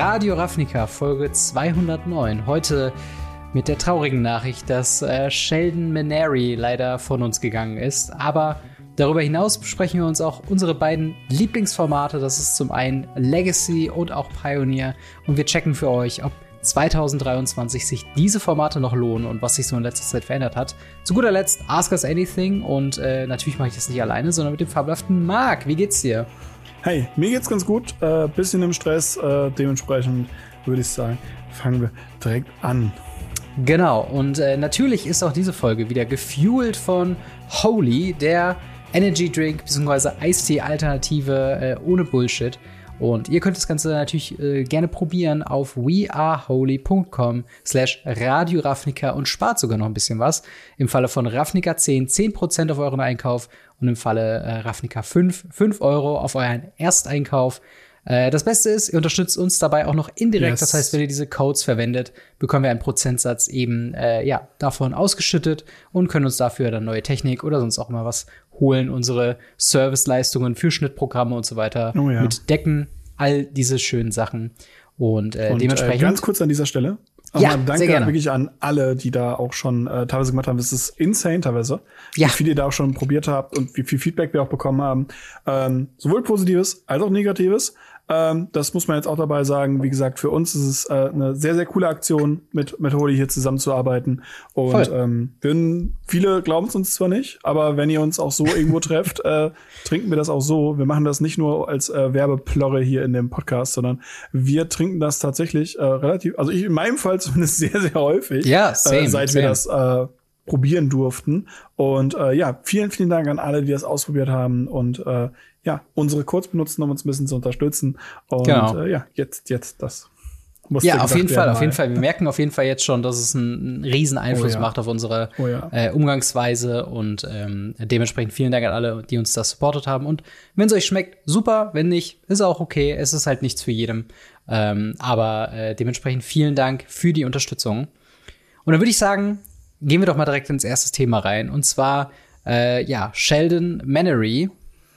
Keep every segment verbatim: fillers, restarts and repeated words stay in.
Radio Ravnica, Folge zweihundertneun. Heute mit der traurigen Nachricht, dass äh, Sheldon Maneri leider von uns gegangen ist. Aber darüber hinaus besprechen wir uns auch unsere beiden Lieblingsformate. Das ist zum einen Legacy und auch Pioneer. Und wir checken für euch, ob zweitausenddreiundzwanzig sich diese Formate noch lohnen und was sich so in letzter Zeit verändert hat. Zu guter Letzt Ask Us Anything. Und äh, natürlich mache ich das nicht alleine, sondern mit dem fabelhaften Marc. Wie geht's dir? Hey, mir geht's ganz gut. Äh, bisschen im Stress. Äh, dementsprechend würde ich sagen, fangen wir direkt an. Genau. Und äh, natürlich ist auch diese Folge wieder gefuelt von Holy, der Energy Drink bzw. Eistee-Alternative äh, ohne Bullshit. Und ihr könnt das Ganze natürlich äh, gerne probieren auf weareholy.com slash Radio Ravnica und spart sogar noch ein bisschen was. Im Falle von Ravnica zehn, zehn Prozent auf euren Einkauf und im Falle äh, Ravnica fünf, fünf Euro auf euren Ersteinkauf. Äh, das Beste ist, ihr unterstützt uns dabei auch noch indirekt. Yes. Das heißt, wenn ihr diese Codes verwendet, bekommen wir einen Prozentsatz eben äh, ja davon ausgeschüttet und können uns dafür dann neue Technik oder sonst auch immer was holen, unsere Serviceleistungen für Schnittprogramme und so weiter oh ja. mit decken, all diese schönen Sachen. Und, äh, und dementsprechend. Äh, ganz kurz an dieser Stelle. Ja, danke sehr gerne. Wirklich an alle, die da auch schon äh, teilweise gemacht haben. Es ist insane teilweise, ja. wie viel ihr da auch schon probiert habt und wie viel Feedback wir auch bekommen haben. Ähm, sowohl Positives als auch Negatives. Ähm, das muss man jetzt auch dabei sagen. Wie gesagt, für uns ist es äh, eine sehr, sehr coole Aktion, mit, mit Holy hier zusammenzuarbeiten. Und ähm, wir, viele glauben es uns zwar nicht, aber wenn ihr uns auch so irgendwo trefft, äh, trinken wir das auch so. Wir machen das nicht nur als äh, Werbeplorre hier in dem Podcast, sondern wir trinken das tatsächlich äh, relativ, also ich in meinem Fall zumindest sehr, sehr häufig, ja, same, äh, seit same. wir das äh, probieren durften. Und äh, ja, vielen, vielen Dank an alle, die das ausprobiert haben und äh, ja, unsere Codes benutzen, um uns ein bisschen zu unterstützen. Und genau. äh, ja, jetzt, jetzt das. Ja, auf jeden Fall, auf jeden Fall. Wir merken auf jeden Fall jetzt schon, dass es einen riesen Einfluss oh ja. macht auf unsere oh ja. äh, Umgangsweise und ähm, dementsprechend vielen Dank an alle, die uns das supportet haben. Und wenn es euch schmeckt, super. Wenn nicht, ist auch okay. Es ist halt nichts für jedem. Ähm, aber äh, dementsprechend vielen Dank für die Unterstützung. Und dann würde ich sagen, gehen wir doch mal direkt ins erste Thema rein. Und zwar, äh, ja, Sheldon Maneri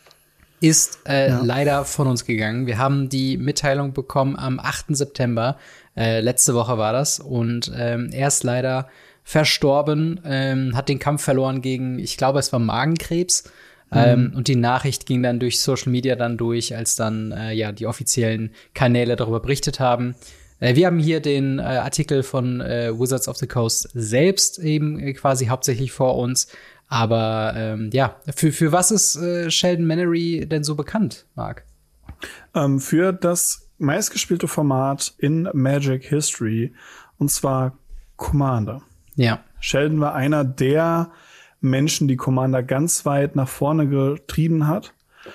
ist äh, ja. leider von uns gegangen. Wir haben die Mitteilung bekommen am achten September. Äh, letzte Woche war das. Und ähm, er ist leider verstorben, ähm, hat den Kampf verloren gegen, ich glaube, es war Magenkrebs. Mhm. Ähm, und die Nachricht ging dann durch Social Media dann durch, als dann äh, ja die offiziellen Kanäle darüber berichtet haben. Äh, wir haben hier den äh, Artikel von äh, Wizards of the Coast selbst eben äh, quasi hauptsächlich vor uns. Aber ähm, ja, für, für was ist äh, Sheldon Maneri denn so bekannt, Marc? Ähm, für das meistgespielte Format in Magic History, und zwar Commander. Ja. Sheldon war einer der Menschen, die Commander ganz weit nach vorne getrieben hat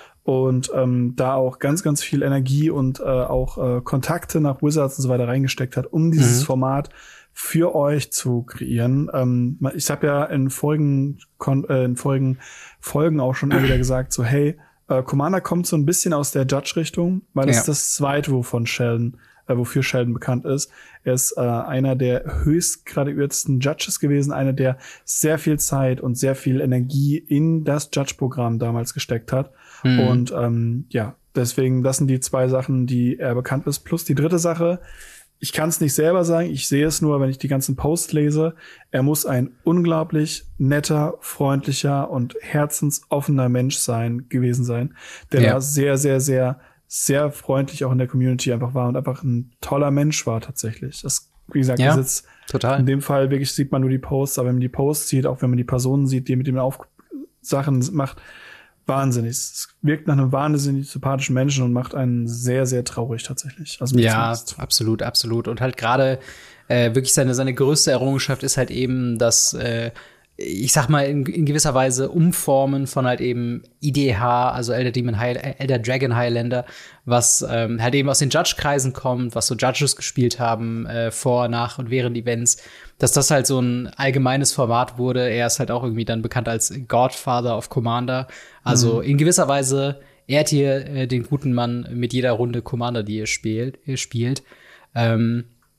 und ähm, da auch ganz, ganz viel Energie und äh, auch äh, Kontakte nach Wizards und so weiter reingesteckt hat, um dieses mhm. Format für euch zu kreieren. Ähm, ich habe ja in vorigen, Kon- äh, in vorigen Folgen auch schon immer wieder gesagt, so hey, äh, Commander kommt so ein bisschen aus der Judge-Richtung, weil es ja. das zweite, wovon Sheldon, äh, wofür Sheldon bekannt ist. Er ist äh, einer der höchst graduiertesten Judges gewesen, einer, der sehr viel Zeit und sehr viel Energie in das Judge-Programm damals gesteckt hat. Mhm. Und ähm, ja, deswegen, das sind die zwei Sachen, die er bekannt ist. Plus die dritte Sache, ich kann es nicht selber sagen, ich sehe es nur, wenn ich die ganzen Posts lese. Er muss ein unglaublich netter, freundlicher und herzensoffener Mensch sein, gewesen sein, der ja. da sehr, sehr, sehr, sehr freundlich auch in der Community einfach war und einfach ein toller Mensch war tatsächlich. Das, wie gesagt, ja, ist jetzt total. In dem Fall wirklich sieht man nur die Posts, aber wenn man die Posts sieht, auch wenn man die Personen sieht, die mit dem auf Sachen macht, wahnsinnig. Es wirkt nach einem wahnsinnig sympathischen Menschen und macht einen sehr, sehr traurig tatsächlich. Also ja, absolut, absolut. Und halt gerade äh, wirklich seine seine größte Errungenschaft ist halt eben, dass äh, ich sag mal in, in gewisser Weise Umformen von halt eben I D H, also Elder Demon High, Elder Dragon Highlander, was ähm, halt eben aus den Judge-Kreisen kommt, was so Judges gespielt haben äh, vor, nach und während Events, dass das halt so ein allgemeines Format wurde. Er ist halt auch irgendwie dann bekannt als Godfather of Commander. Also mhm. in gewisser Weise ehrt ihr äh, den guten Mann mit jeder Runde Commander, die ihr spielt. Ihr spielt. Ähm,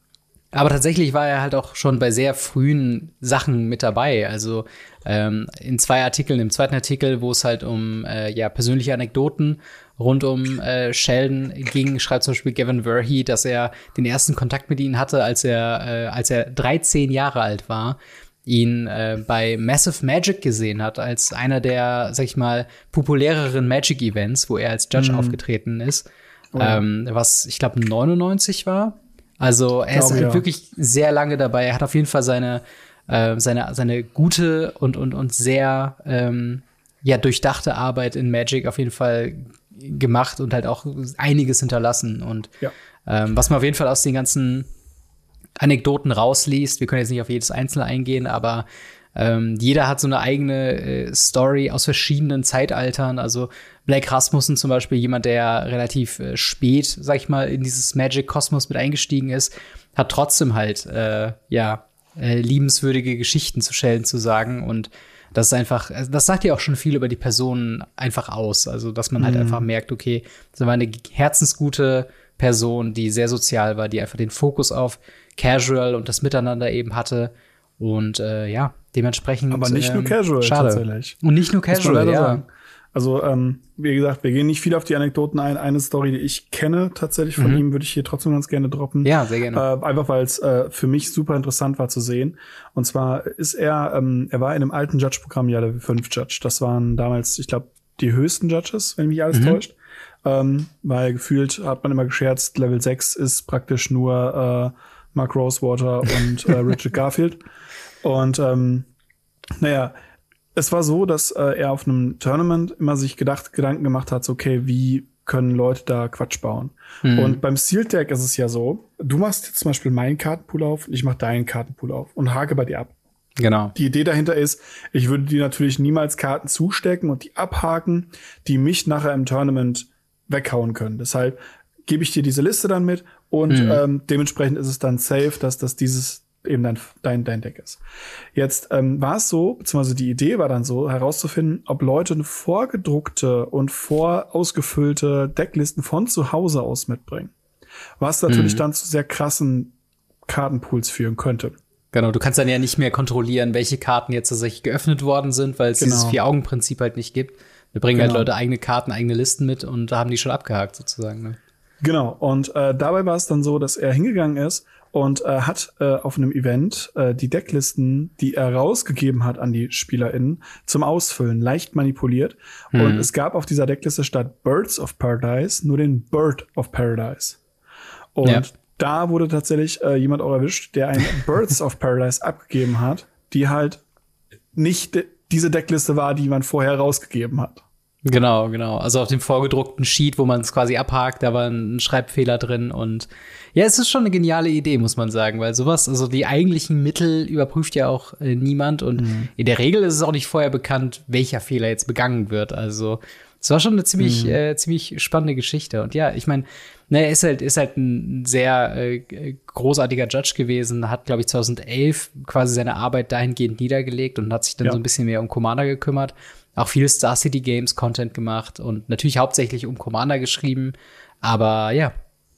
Aber tatsächlich war er halt auch schon bei sehr frühen Sachen mit dabei. Also ähm, in zwei Artikeln, im zweiten Artikel, wo es halt um äh, ja, persönliche Anekdoten rund um äh, Sheldon ging, schreibt zum Beispiel Gavin Verhey, dass er den ersten Kontakt mit ihm hatte, als er, äh, als er dreizehn Jahre alt war, ihn äh, bei Massive Magic gesehen hat, als einer der, sag ich mal, populäreren Magic-Events, wo er als Judge mhm. aufgetreten ist, oh ja. ähm, was, ich glaube, neunundneunzig war. Also er ist halt ja. wirklich sehr lange dabei. Er hat auf jeden Fall seine äh, seine seine gute und und und sehr ähm, ja durchdachte Arbeit in Magic auf jeden Fall gemacht und halt auch einiges hinterlassen. Und ja. ähm, was man auf jeden Fall aus den ganzen Anekdoten rausliest, wir können jetzt nicht auf jedes Einzelne eingehen, aber ähm, jeder hat so eine eigene äh, Story aus verschiedenen Zeitaltern. Also Blake Rasmussen zum Beispiel, jemand, der relativ äh, spät, sag ich mal, in dieses Magic-Kosmos mit eingestiegen ist, hat trotzdem halt, äh, ja, äh, liebenswürdige Geschichten zu Sheldon zu sagen. Und das ist einfach, das sagt ja auch schon viel über die Person einfach aus. Also, dass man halt mhm. einfach merkt, okay, das war eine herzensgute Person, die sehr sozial war, die einfach den Fokus auf Casual und das Miteinander eben hatte. Und äh, ja, dementsprechend. Aber nicht ähm, nur Casual, schade. Tatsächlich. Und nicht nur Casual, ja. Sagen. Also, ähm, wie gesagt, wir gehen nicht viel auf die Anekdoten ein. Eine Story, die ich kenne tatsächlich von mhm. ihm, würde ich hier trotzdem ganz gerne droppen. Ja, sehr gerne. Äh, einfach, weil es äh, für mich super interessant war zu sehen. Und zwar ist er, ähm, er war in einem alten Judge-Programm, ja, Level fünf Judge. Das waren damals, ich glaube, die höchsten Judges, wenn mich alles mhm. täuscht. Ähm, weil gefühlt hat man immer gescherzt, Level sechs ist praktisch nur äh, Mark Rosewater und äh, Richard Garfield. Und ähm, naja, es war so, dass äh, er auf einem Tournament immer sich gedacht, Gedanken gemacht hat, so, okay, wie können Leute da Quatsch bauen? Mhm. Und beim Sealed Deck ist es ja so, du machst jetzt zum Beispiel meinen Kartenpool auf und ich mach deinen Kartenpool auf und hake bei dir ab. Genau. Die Idee dahinter ist, ich würde dir natürlich niemals Karten zustecken und die abhaken, die mich nachher im Tournament weghauen können. Deshalb gebe ich dir diese Liste dann mit und mhm. ähm, dementsprechend ist es dann safe, dass das dieses eben dein, dein, dein Deck ist. Jetzt ähm, war es so, beziehungsweise die Idee war dann so, herauszufinden, ob Leute eine vorgedruckte und vorausgefüllte Decklisten von zu Hause aus mitbringen. Was natürlich mhm. dann zu sehr krassen Kartenpools führen könnte. Genau, du kannst dann ja nicht mehr kontrollieren, welche Karten jetzt tatsächlich geöffnet worden sind, weil es genau. dieses Vier-Augen-Prinzip halt nicht gibt. Wir bringen genau. halt Leute eigene Karten, eigene Listen mit und da haben die schon abgehakt sozusagen. Ne? Genau, und äh, dabei war es dann so, dass er hingegangen ist und äh, hat äh, auf einem Event äh, die Decklisten, die er rausgegeben hat an die SpielerInnen, zum Ausfüllen leicht manipuliert. Mhm. Und es gab auf dieser Deckliste statt Birds of Paradise nur den Bird of Paradise. Und ja. da wurde tatsächlich äh, jemand auch erwischt, der ein Birds of Paradise abgegeben hat, die halt nicht de- diese Deckliste war, die man vorher rausgegeben hat. Genau, genau. Also auf dem vorgedruckten Sheet, wo man es quasi abhakt, da war ein Schreibfehler drin. Und ja, es ist schon eine geniale Idee, muss man sagen, weil sowas, also die eigentlichen Mittel überprüft ja auch äh, niemand. Und mhm. in der Regel ist es auch nicht vorher bekannt, welcher Fehler jetzt begangen wird. Also es war schon eine ziemlich, mhm. äh, ziemlich spannende Geschichte. Und ja, ich meine, ne, er ist halt, ist halt ein sehr äh, großartiger Judge gewesen, hat, glaube ich, zweitausendelf quasi seine Arbeit dahingehend niedergelegt und hat sich dann ja. so ein bisschen mehr um Commander gekümmert. Auch viel Star City Games Content gemacht und natürlich hauptsächlich um Commander geschrieben. Aber ja,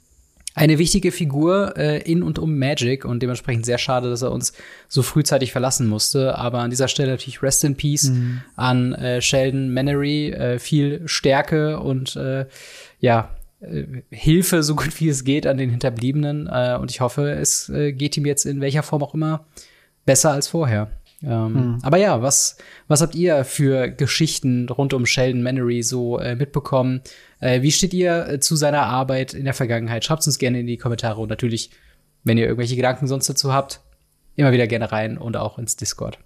eine wichtige Figur äh, in und um Magic und dementsprechend sehr schade, dass er uns so frühzeitig verlassen musste. Aber an dieser Stelle natürlich Rest in Peace mhm. an äh, Sheldon Menery. Äh, viel Stärke und äh, ja, äh, Hilfe, so gut wie es geht, an den Hinterbliebenen. Äh, und ich hoffe, es äh, geht ihm jetzt in welcher Form auch immer besser als vorher. Ähm, hm. Aber ja, was, was habt ihr für Geschichten rund um Sheldon Menery so äh, mitbekommen? Äh, wie steht ihr äh, zu seiner Arbeit in der Vergangenheit? Schreibt uns gerne in die Kommentare und natürlich, wenn ihr irgendwelche Gedanken sonst dazu habt, immer wieder gerne rein und auch ins Discord.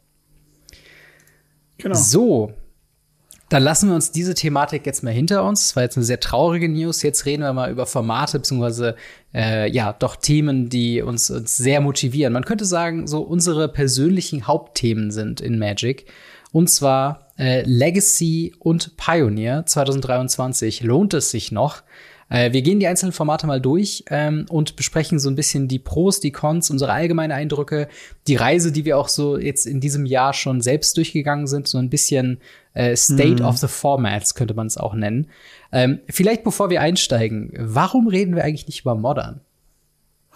Genau. So, dann lassen wir uns diese Thematik jetzt mal hinter uns. Das war jetzt eine sehr traurige News. Jetzt reden wir mal über Formate beziehungsweise äh, ja doch Themen, die uns, uns sehr motivieren. Man könnte sagen, so unsere persönlichen Hauptthemen sind in Magic. Und zwar äh, Legacy und Pioneer zwanzig dreiundzwanzig. Lohnt es sich noch? Äh, wir gehen die einzelnen Formate mal durch ähm, und besprechen so ein bisschen die Pros, die Cons, unsere allgemeinen Eindrücke, die Reise, die wir auch so jetzt in diesem Jahr schon selbst durchgegangen sind, so ein bisschen äh, State mm. of the Formats könnte man es auch nennen. Ähm, vielleicht bevor wir einsteigen, warum reden wir eigentlich nicht über Modern?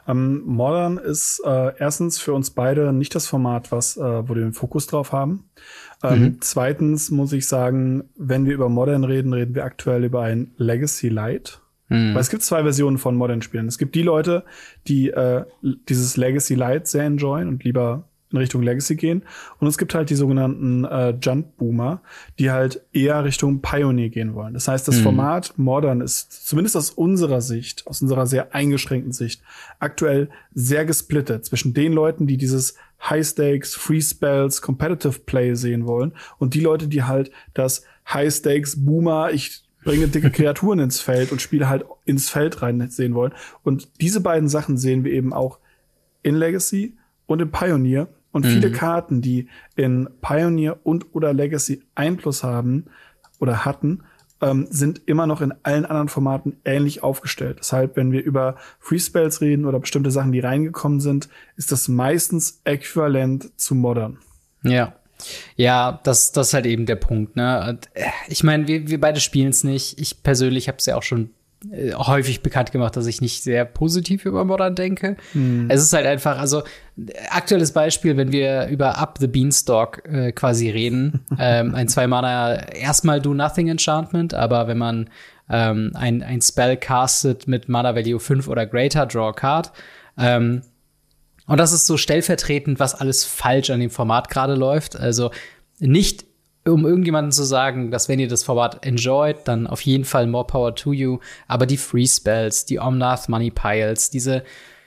Ähm, Modern ist äh, erstens für uns beide nicht das Format, was, äh, wo wir den Fokus drauf haben. Ähm, mhm. Zweitens muss ich sagen, wenn wir über Modern reden, reden wir aktuell über ein Legacy Lite. Mhm. Weil es gibt zwei Versionen von Modern-Spielen. Es gibt die Leute, die äh, dieses Legacy Lite sehr enjoyen und lieber in Richtung Legacy gehen. Und es gibt halt die sogenannten äh, Jump-Boomer, die halt eher Richtung Pioneer gehen wollen. Das heißt, das mhm. Format Modern ist zumindest aus unserer Sicht, aus unserer sehr eingeschränkten Sicht, aktuell sehr gesplittet zwischen den Leuten, die dieses High-Stakes, Free-Spells, Competitive Play sehen wollen und die Leute, die halt das High-Stakes Boomer, ich bringe dicke Kreaturen ins Feld und spiele halt ins Feld rein sehen wollen. Und diese beiden Sachen sehen wir eben auch in Legacy und in Pioneer. Und mhm. viele Karten, die in Pioneer und oder Legacy Einfluss haben oder hatten, ähm, sind immer noch in allen anderen Formaten ähnlich aufgestellt. Deshalb, wenn wir über Free Spells reden oder bestimmte Sachen, die reingekommen sind, ist das meistens äquivalent zu Modern. Ja. Ja, das, das ist halt eben der Punkt, ne? Ich meine, wir, wir beide spielen es nicht. Ich persönlich habe es ja auch schon äh, häufig bekannt gemacht, dass ich nicht sehr positiv über Modern denke. Hm. Es ist halt einfach, also aktuelles Beispiel, wenn wir über Up the Beanstalk äh, quasi reden, ähm, ein zwei-Mana erstmal Do-Nothing Enchantment, aber wenn man ähm, ein, ein Spell castet mit Mana Value fünf oder greater, draw a card, ähm, und das ist so stellvertretend, was alles falsch an dem Format gerade läuft. Also nicht, um irgendjemanden zu sagen, dass wenn ihr das Format enjoyt, dann auf jeden Fall more power to you. Aber die Free Spells, die Omnath Money Piles, diese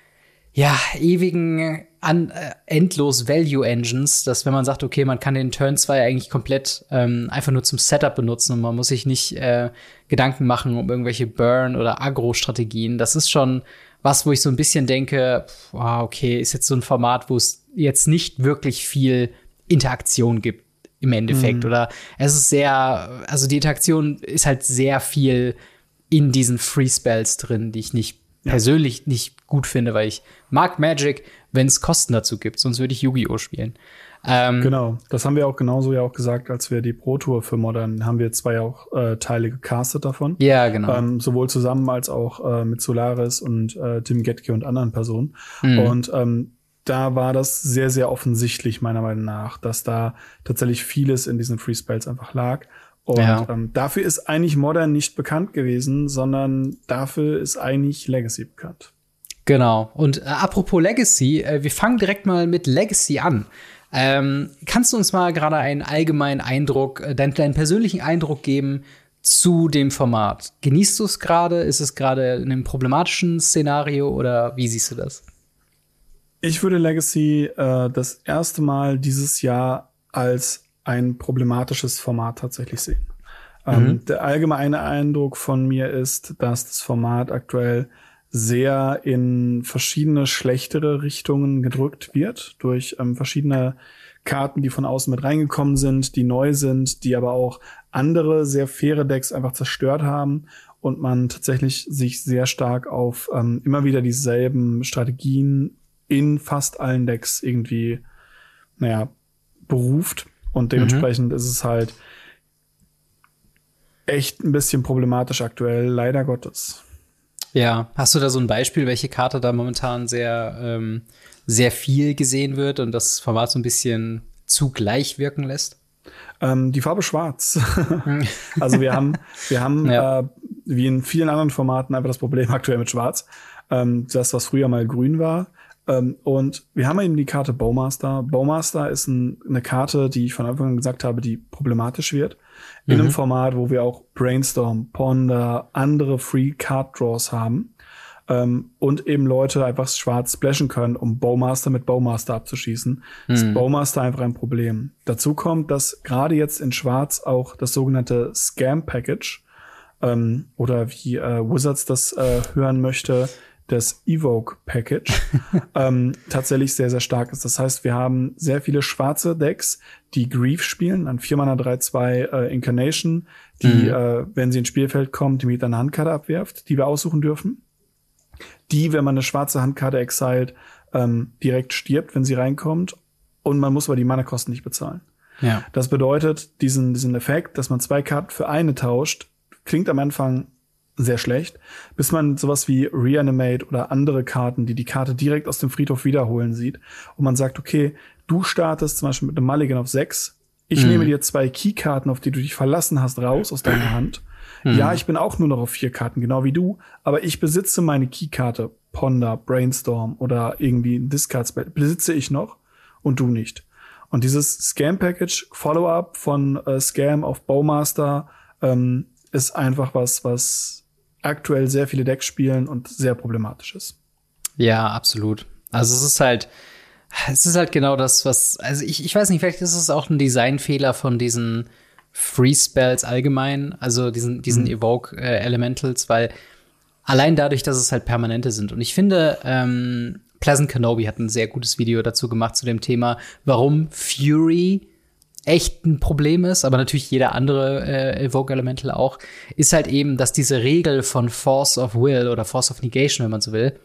ja ewigen an, äh, endlos Value Engines, dass wenn man sagt, okay, man kann den Turn zwei eigentlich komplett ähm, einfach nur zum Setup benutzen und man muss sich nicht äh, Gedanken machen um irgendwelche Burn- oder Agro-Strategien. Das ist schon was, wo ich so ein bisschen denke, wow, okay, ist jetzt so ein Format, wo es jetzt nicht wirklich viel Interaktion gibt im Endeffekt. Mhm. Oder es ist sehr, also die Interaktion ist halt sehr viel in diesen Free Spells drin, die ich nicht ja. persönlich nicht gut finde, weil ich mag Magic, wenn es Kosten dazu gibt, sonst würde ich Yu-Gi-Oh! Spielen. Ähm, genau, das haben wir auch genauso ja auch gesagt, als wir die Pro-Tour für Modern, haben wir zwei auch äh, Teile gecastet davon. Ja, genau. Ähm, sowohl zusammen als auch äh, mit Solaris und äh, Tim Gettke und anderen Personen. Mhm. Und ähm, da war das sehr, sehr offensichtlich, meiner Meinung nach, dass da tatsächlich vieles in diesen Free Spells einfach lag. Und ja. ähm, dafür ist eigentlich Modern nicht bekannt gewesen, sondern dafür ist eigentlich Legacy bekannt. Genau. Und äh, apropos Legacy, äh, wir fangen direkt mal mit Legacy an. Ähm, kannst du uns mal gerade einen allgemeinen Eindruck, äh, deinen, deinen persönlichen Eindruck geben zu dem Format? Genießt du es gerade? Ist es gerade in einem problematischen Szenario oder wie siehst du das? Ich würde Legacy äh, das erste Mal dieses Jahr als ein problematisches Format tatsächlich sehen. Mhm. Ähm, der allgemeine Eindruck von mir ist, dass das Format aktuell sehr in verschiedene schlechtere Richtungen gedrückt wird durch ähm, verschiedene Karten, die von außen mit reingekommen sind, die neu sind, die aber auch andere sehr faire Decks einfach zerstört haben und man tatsächlich sich sehr stark auf ähm, immer wieder dieselben Strategien in fast allen Decks irgendwie, naja, beruft und dementsprechend mhm. ist es halt echt ein bisschen problematisch aktuell, leider Gottes. Ja, hast du da so ein Beispiel, welche Karte da momentan sehr, ähm, sehr viel gesehen wird und das Format so ein bisschen zu gleich wirken lässt? Ähm, die Farbe Schwarz. Also wir haben, wir haben ja. äh, wie in vielen anderen Formaten einfach das Problem aktuell mit Schwarz. Ähm, das, was früher mal grün war. Ähm, und wir haben eben die Karte Bowmaster. Bowmaster ist ein, eine Karte, die ich von Anfang an gesagt habe, die problematisch wird. In mhm. einem Format, wo wir auch Brainstorm, Ponder, andere Free Card Draws haben. Ähm, und eben Leute einfach schwarz splashen können, um Bowmaster mit Bowmaster abzuschießen. Mhm. Ist Bowmaster einfach ein Problem. Dazu kommt, dass gerade jetzt in Schwarz auch das sogenannte Scam Package ähm, oder wie äh, Wizards das äh, hören möchte, das Evoke Package ähm, tatsächlich sehr, sehr stark ist. Das heißt, wir haben sehr viele schwarze Decks, die Grief spielen, an vier Mana drei zwei äh, Incarnation, die, mhm. äh, wenn sie ins Spielfeld kommt, die mit einer Handkarte abwerft, die wir aussuchen dürfen. Die, wenn man eine schwarze Handkarte exiled, ähm, direkt stirbt, wenn sie reinkommt. Und man muss aber die Mana-Kosten nicht bezahlen. Ja. Das bedeutet, diesen, diesen Effekt, dass man zwei Karten für eine tauscht, klingt am Anfang sehr schlecht, bis man sowas wie Reanimate oder andere Karten, die die Karte direkt aus dem Friedhof wiederholen sieht. Und man sagt, okay, du startest zum Beispiel mit einem Mulligan auf sechs. Ich mhm. nehme dir zwei Keykarten, auf die du dich verlassen hast, raus aus deiner Hand. Mhm. Ja, ich bin auch nur noch auf vier Karten, genau wie du. Aber ich besitze meine Keykarte, Ponder, Brainstorm oder irgendwie ein Discard-Spell, besitze ich noch und du nicht. Und dieses Scam-Package, Follow-up von äh, Scam auf Bowmaster, ähm, ist einfach was, was aktuell sehr viele Decks spielen und sehr problematisch ist. Ja, absolut. Also es ist halt, es ist halt genau das, was, also ich, ich weiß nicht, vielleicht ist es auch ein Designfehler von diesen Free Spells allgemein, also diesen, diesen mhm. Evoke äh, Elementals, weil allein dadurch, dass es halt permanente sind. Und ich finde, ähm, Pleasant Kenobi hat ein sehr gutes Video dazu gemacht zu dem Thema, warum Fury echt ein Problem ist, aber natürlich jeder andere äh, Evoke Elemental auch, ist halt eben, dass diese Regel von Force of Will oder Force of Negation, wenn man so will,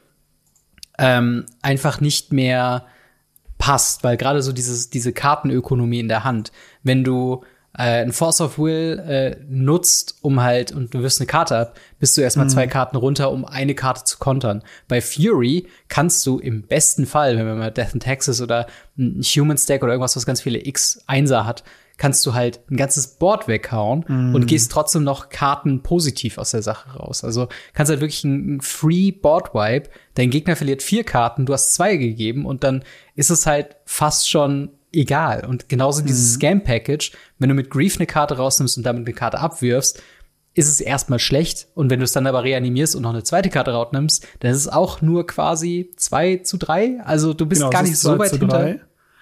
ähm, einfach nicht mehr passt, weil gerade so dieses, diese Kartenökonomie in der Hand, wenn du äh, ein Force of Will äh, nutzt, um halt, und du wirfst eine Karte ab, bist du erstmal mhm. zwei Karten runter, um eine Karte zu kontern. Bei Fury kannst du im besten Fall, wenn man mal Death and Taxes oder ein Human Stack oder irgendwas, was ganz viele X-Einser hat, kannst du halt ein ganzes Board weghauen mm. und gehst trotzdem noch Karten positiv aus der Sache raus. Also kannst halt wirklich ein Free Board Wipe, dein Gegner verliert vier Karten, du hast zwei gegeben und dann ist es halt fast schon egal. Und genauso mm. dieses Scam-Package, wenn du mit Grief eine Karte rausnimmst und damit eine Karte abwirfst, ist es erstmal schlecht. Und wenn du es dann aber reanimierst und noch eine zweite Karte rausnimmst, dann ist es auch nur quasi zwei zu drei. Also du bist genau, gar nicht so weit hinter.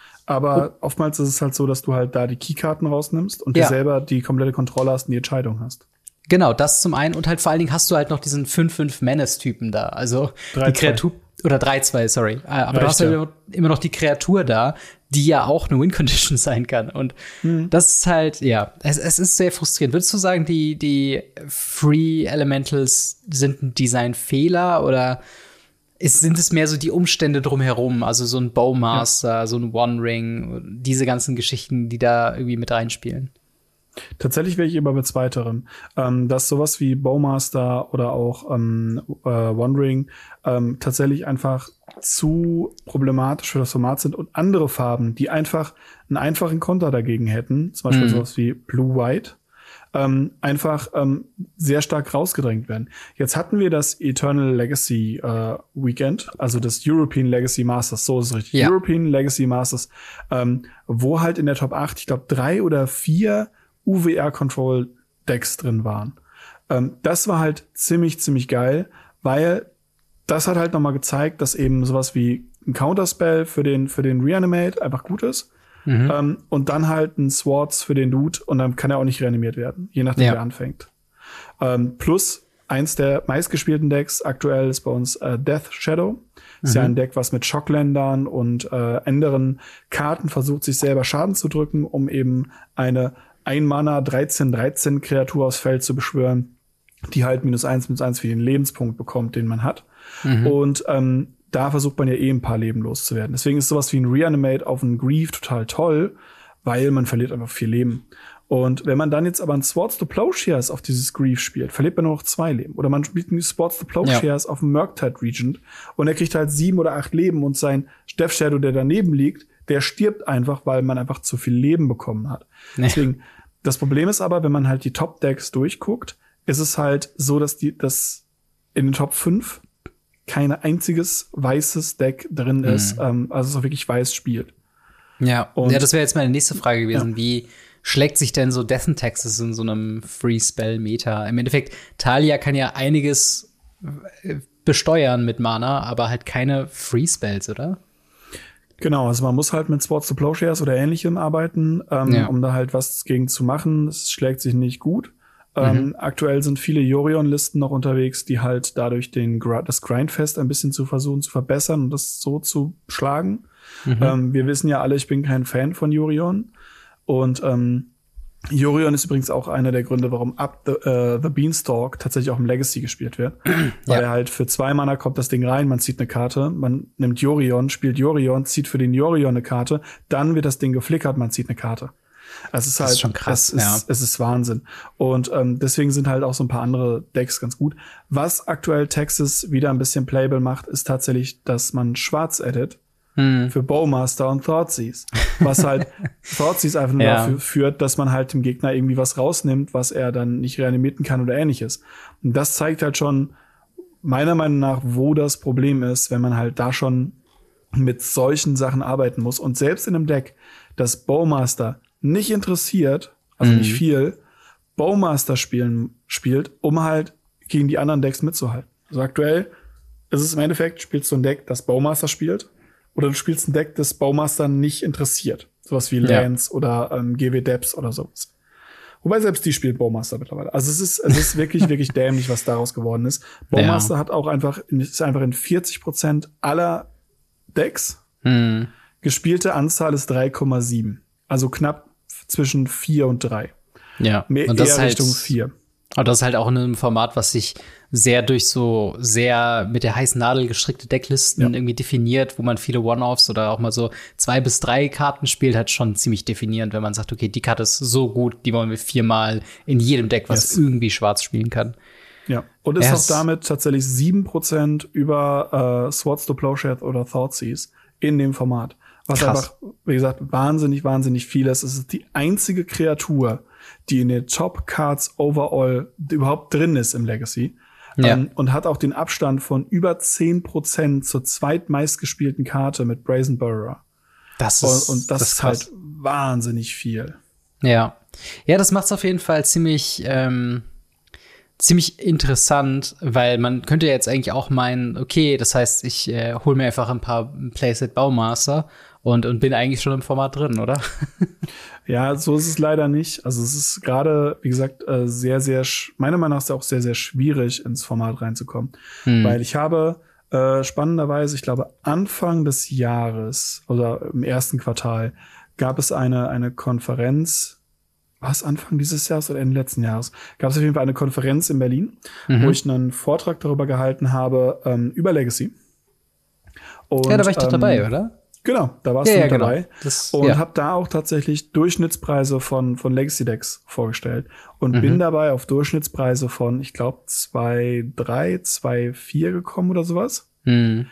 Aber oh. oftmals ist es halt so, dass du halt da die Keykarten rausnimmst und ja. dir selber die komplette Kontrolle hast und die Entscheidung hast. Genau, das zum einen. Und halt vor allen Dingen hast du halt noch diesen fünf fünf Menace-Typen da. Also drei, die Kreatur, oder drei zwei, sorry. Aber Reicht, du hast ja immer, immer noch die Kreatur da, die ja auch eine Win-Condition sein kann. Und mhm. das ist halt, ja, es, es ist sehr frustrierend. Würdest du sagen, die, die Free Elementals sind ein Designfehler oder ist, sind es mehr so die Umstände drumherum? Also so ein Bowmaster, ja. so ein One Ring, diese ganzen Geschichten, die da irgendwie mit reinspielen? Tatsächlich wäre ich immer mit zweiterem. Ähm, dass sowas wie Bowmaster oder auch ähm, äh, One Ring ähm, tatsächlich einfach zu problematisch für das Format sind und andere Farben, die einfach einen einfachen Konter dagegen hätten, zum Beispiel mhm. sowas wie Blue-White, ähm, einfach ähm, sehr stark rausgedrängt werden. Jetzt hatten wir das Eternal Legacy äh, Weekend, also das European Legacy Masters, so ist es richtig, ja. European Legacy Masters, ähm, wo halt in der Top acht, ich glaube, drei oder vier U V R-Control-Decks drin waren. Ähm, das war halt ziemlich, ziemlich geil, weil das hat halt noch mal gezeigt, dass eben sowas wie ein Counterspell für den, für den Reanimate einfach gut ist. Mhm. Ähm, und dann halt ein Swords für den Dude und dann kann er auch nicht reanimiert werden, je nachdem, ja. wer anfängt. Ähm, plus eins der meistgespielten Decks aktuell ist bei uns äh, Death Shadow. Mhm. Ist ja ein Deck, was mit Schockländern und äh, anderen Karten versucht, sich selber Schaden zu drücken, um eben eine Ein-Mana dreizehn dreizehn Kreatur aufs Feld zu beschwören, die halt minus eins, minus eins für den Lebenspunkt bekommt, den man hat. Mhm. Und ähm, da versucht man ja eh ein paar Leben loszuwerden. Deswegen ist sowas wie ein Reanimate auf einen Grief total toll, weil man verliert einfach viel Leben. Und wenn man dann jetzt aber ein Swords to Plowshares auf dieses Grief spielt, verliert man nur noch zwei Leben. Oder man spielt ein Swords to Plowshares ja. auf einen Murktide Regent und er kriegt halt sieben oder acht Leben und sein Death Shadow, der daneben liegt, der stirbt einfach, weil man einfach zu viel Leben bekommen hat. Nee. Deswegen, das Problem ist aber, wenn man halt die Top-Decks durchguckt, ist es halt so, dass die, dass in den Top fünf kein einziges weißes Deck drin mhm. ist, ähm, also es auch wirklich weiß spielt. Ja, und ja, das wäre jetzt meine nächste Frage gewesen. Ja. Wie schlägt sich denn so Death and Taxes in so einem Free-Spell-Meta? Im Endeffekt, Thalia kann ja einiges besteuern mit Mana, aber halt keine Free-Spells, oder? Genau, also man muss halt mit Swords to Plowshares oder Ähnlichem arbeiten, ähm, ja. um da halt was gegen zu machen. Das schlägt sich nicht gut. Mhm. Ähm, aktuell sind viele Yorion-Listen noch unterwegs, die halt dadurch den das Grindfest ein bisschen zu versuchen zu verbessern und das so zu schlagen. Mhm. Ähm, wir wissen ja alle, ich bin kein Fan von Yorion. Und ähm, Yorion ist übrigens auch einer der Gründe, warum Up the, uh, the Beanstalk tatsächlich auch im Legacy gespielt wird. Ja. Weil er halt für zwei Mana kommt das Ding rein, man zieht eine Karte, man nimmt Yorion, spielt Yorion, zieht für den Yorion eine Karte, dann wird das Ding geflickert, man zieht eine Karte. Es ist Das halt, ist schon krass, es ist, ja. es ist Wahnsinn. Und ähm, deswegen sind halt auch so ein paar andere Decks ganz gut. Was aktuell Texas wieder ein bisschen playable macht, ist tatsächlich, dass man schwarz edit Hm. für Bowmaster und Thoughtseize. Was halt Thoughtseize einfach nur Ja. dafür führt, dass man halt dem Gegner irgendwie was rausnimmt, was er dann nicht reanimieren kann oder ähnliches. Und das zeigt halt schon, meiner Meinung nach, wo das Problem ist, wenn man halt da schon mit solchen Sachen arbeiten muss. Und selbst in einem Deck, das Bowmaster nicht interessiert, also Mhm. nicht viel, Bowmaster spielen, spielt, um halt gegen die anderen Decks mitzuhalten. Also aktuell ist es im Endeffekt, spielst du ein Deck, das Bowmaster spielt, oder du spielst ein Deck, das Bowmaster nicht interessiert. Sowas wie Ja. Lance oder ähm, G W Depths oder sowas. Wobei selbst die spielt Bowmaster mittlerweile. Also es ist, es ist wirklich, wirklich dämlich, was daraus geworden ist. Bowmaster Ja. hat auch einfach, ist einfach in vierzig Prozent aller Decks. Hm. Gespielte Anzahl ist drei Komma sieben. Also knapp zwischen vier und drei. Ja. Mehr Und das eher ist halt, Richtung vier. Und das ist halt auch in einem Format, was sich sehr durch so sehr mit der heißen Nadel gestrickte Decklisten Ja. irgendwie definiert, wo man viele One-Offs oder auch mal so zwei bis drei Karten spielt, halt schon ziemlich definierend, wenn man sagt, okay, die Karte ist so gut, die wollen wir viermal in jedem Deck, was Yes. irgendwie schwarz spielen kann. Ja. Und ist Erst- auch damit tatsächlich sieben Prozent über äh, Swords to Plowshare oder Thoughtseize in dem Format. Was Krass. einfach, wie gesagt, wahnsinnig, wahnsinnig viel ist. Es ist die einzige Kreatur, die in den Top Cards overall überhaupt drin ist im Legacy. Ja. Ähm, und hat auch den Abstand von über zehn Prozent zur zweitmeistgespielten Karte mit Brazen Burrower. Das Und, ist, und das, ist krass. halt wahnsinnig viel. Ja. Ja, das macht's auf jeden Fall ziemlich, ähm, ziemlich interessant, weil man könnte jetzt eigentlich auch meinen, okay, das heißt, ich äh, hole mir einfach ein paar Playset Baumaster und, und bin eigentlich schon im Format drin, oder? Ja, so ist es leider nicht. Also es ist gerade, wie gesagt, äh, sehr, sehr, sch- meiner Meinung nach ist es auch sehr, sehr schwierig, ins Format reinzukommen. Hm. Weil ich habe äh, spannenderweise, ich glaube, Anfang des Jahres oder im ersten Quartal gab es eine, eine Konferenz, was, Anfang dieses Jahres oder Ende letzten Jahres, gab es auf jeden Fall eine Konferenz in Berlin, Mhm. wo ich einen Vortrag darüber gehalten habe, ähm, über Legacy. Und, Ja, da war ich doch ähm, dabei, oder? Genau, da warst Ja, du ja, mit genau. dabei. Das- Und ja. habe da auch tatsächlich Durchschnittspreise von, von Legacy-Decks vorgestellt. Und Mhm. bin dabei auf Durchschnittspreise von, ich glaube, zwei Komma drei, zwei Komma vier gekommen oder sowas. Hm.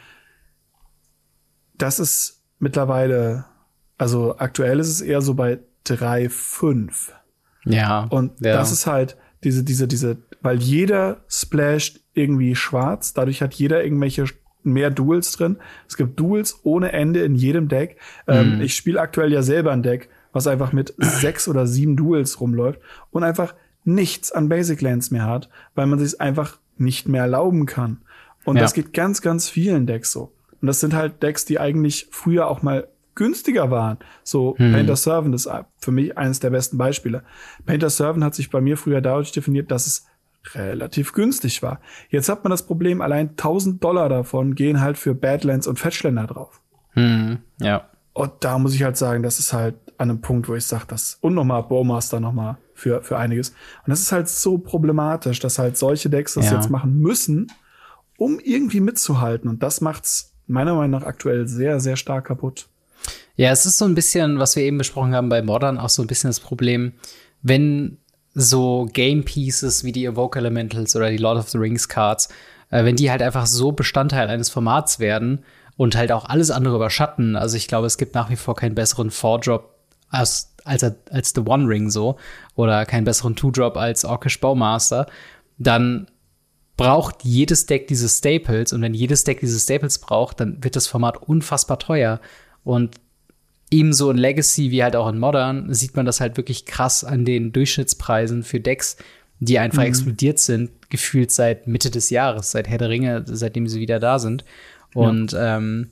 Das ist mittlerweile, also aktuell ist es eher so bei drei Komma fünf. Ja. Und ja. das ist halt diese, diese, diese, weil jeder splasht irgendwie schwarz, dadurch hat jeder irgendwelche mehr Duels drin. Es gibt Duels ohne Ende in jedem Deck. Ähm, Mhm. ich spiele aktuell ja selber ein Deck, was einfach mit sechs oder sieben Duels rumläuft und einfach nichts an Basic Lands mehr hat, weil man sich einfach nicht mehr erlauben kann. Und Ja. das geht ganz, ganz vielen Decks so. Und das sind halt Decks, die eigentlich früher auch mal günstiger waren. So, Hm. Painter Servant ist für mich eines der besten Beispiele. Painter Servant hat sich bei mir früher dadurch definiert, dass es relativ günstig war. Jetzt hat man das Problem, allein tausend Dollar davon gehen halt für Badlands und Fetchländer drauf. Hm. Ja. Und da muss ich halt sagen, das ist halt an einem Punkt, wo ich sage, das und nochmal Bowmaster nochmal für, für einiges. Und das ist halt so problematisch, dass halt solche Decks das Ja. jetzt machen müssen, um irgendwie mitzuhalten. Und das macht's meiner Meinung nach aktuell sehr, sehr stark kaputt. Ja, es ist so ein bisschen, was wir eben besprochen haben bei Modern, auch so ein bisschen das Problem, wenn so Game Pieces wie die Evoke Elementals oder die Lord of the Rings Cards, äh, wenn die halt einfach so Bestandteil eines Formats werden und halt auch alles andere überschatten. Also ich glaube, es gibt nach wie vor keinen besseren Four-Drop als, als, als The One Ring so oder keinen besseren Two-Drop als Orcish Bowmaster. Dann braucht jedes Deck diese Staples und wenn jedes Deck diese Staples braucht, dann wird das Format unfassbar teuer. Und ebenso in Legacy wie halt auch in Modern sieht man das halt wirklich krass an den Durchschnittspreisen für Decks, die einfach Mhm. explodiert sind, gefühlt seit Mitte des Jahres, seit Herr der Ringe, seitdem sie wieder da sind. Und ähm,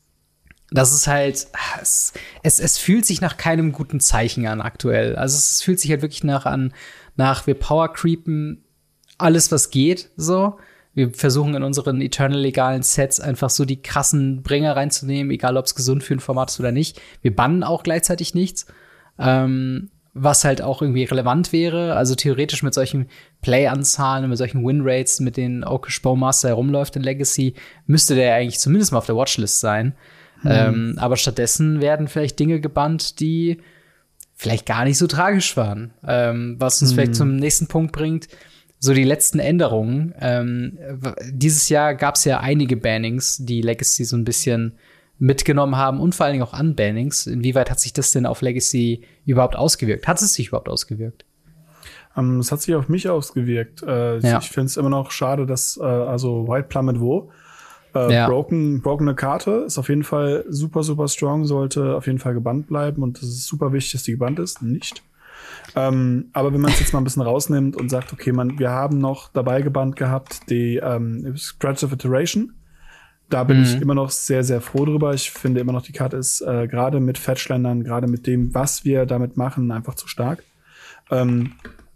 das ist halt, es, es, es fühlt sich nach keinem guten Zeichen an aktuell. Also es fühlt sich halt wirklich nach an, nach wir Power creepen alles, was geht, so. Wir versuchen in unseren Eternal-legalen Sets einfach so die krassen Bringer reinzunehmen, egal ob es gesund für ein Format ist oder nicht. Wir bannen auch gleichzeitig nichts, ähm, was halt auch irgendwie relevant wäre. Also theoretisch mit solchen Play-Anzahlen und mit solchen Win-Rates, mit denen Orcish Bowmaster herumläuft in Legacy, müsste der eigentlich zumindest mal auf der Watchlist sein. Mhm. Ähm, aber stattdessen werden vielleicht Dinge gebannt, die vielleicht gar nicht so tragisch waren. Ähm, was uns hm. vielleicht zum nächsten Punkt bringt, so die letzten Änderungen. Ähm, dieses Jahr gab es ja einige Bannings, die Legacy so ein bisschen mitgenommen haben und vor allen Dingen auch Unbannings. Inwieweit hat sich das denn auf Legacy überhaupt ausgewirkt? Hat es sich überhaupt ausgewirkt? Um, es hat sich auf mich ausgewirkt. Äh, ja. Ich finde es immer noch schade, dass äh, also White Plummet wo äh, ja. broken, brokene Karte ist auf jeden Fall super, super strong, sollte auf jeden Fall gebannt bleiben und es ist super wichtig, dass die gebannt ist. Nicht. Ähm, aber wenn man es jetzt mal ein bisschen rausnimmt und sagt, okay, man, wir haben noch dabei gebannt gehabt die ähm, Scratch of Iteration. Da bin mhm. ich immer noch sehr, sehr froh drüber. Ich finde immer noch, die Karte ist äh, gerade mit Fetchländern, gerade mit dem, was wir damit machen, einfach zu stark. Ähm,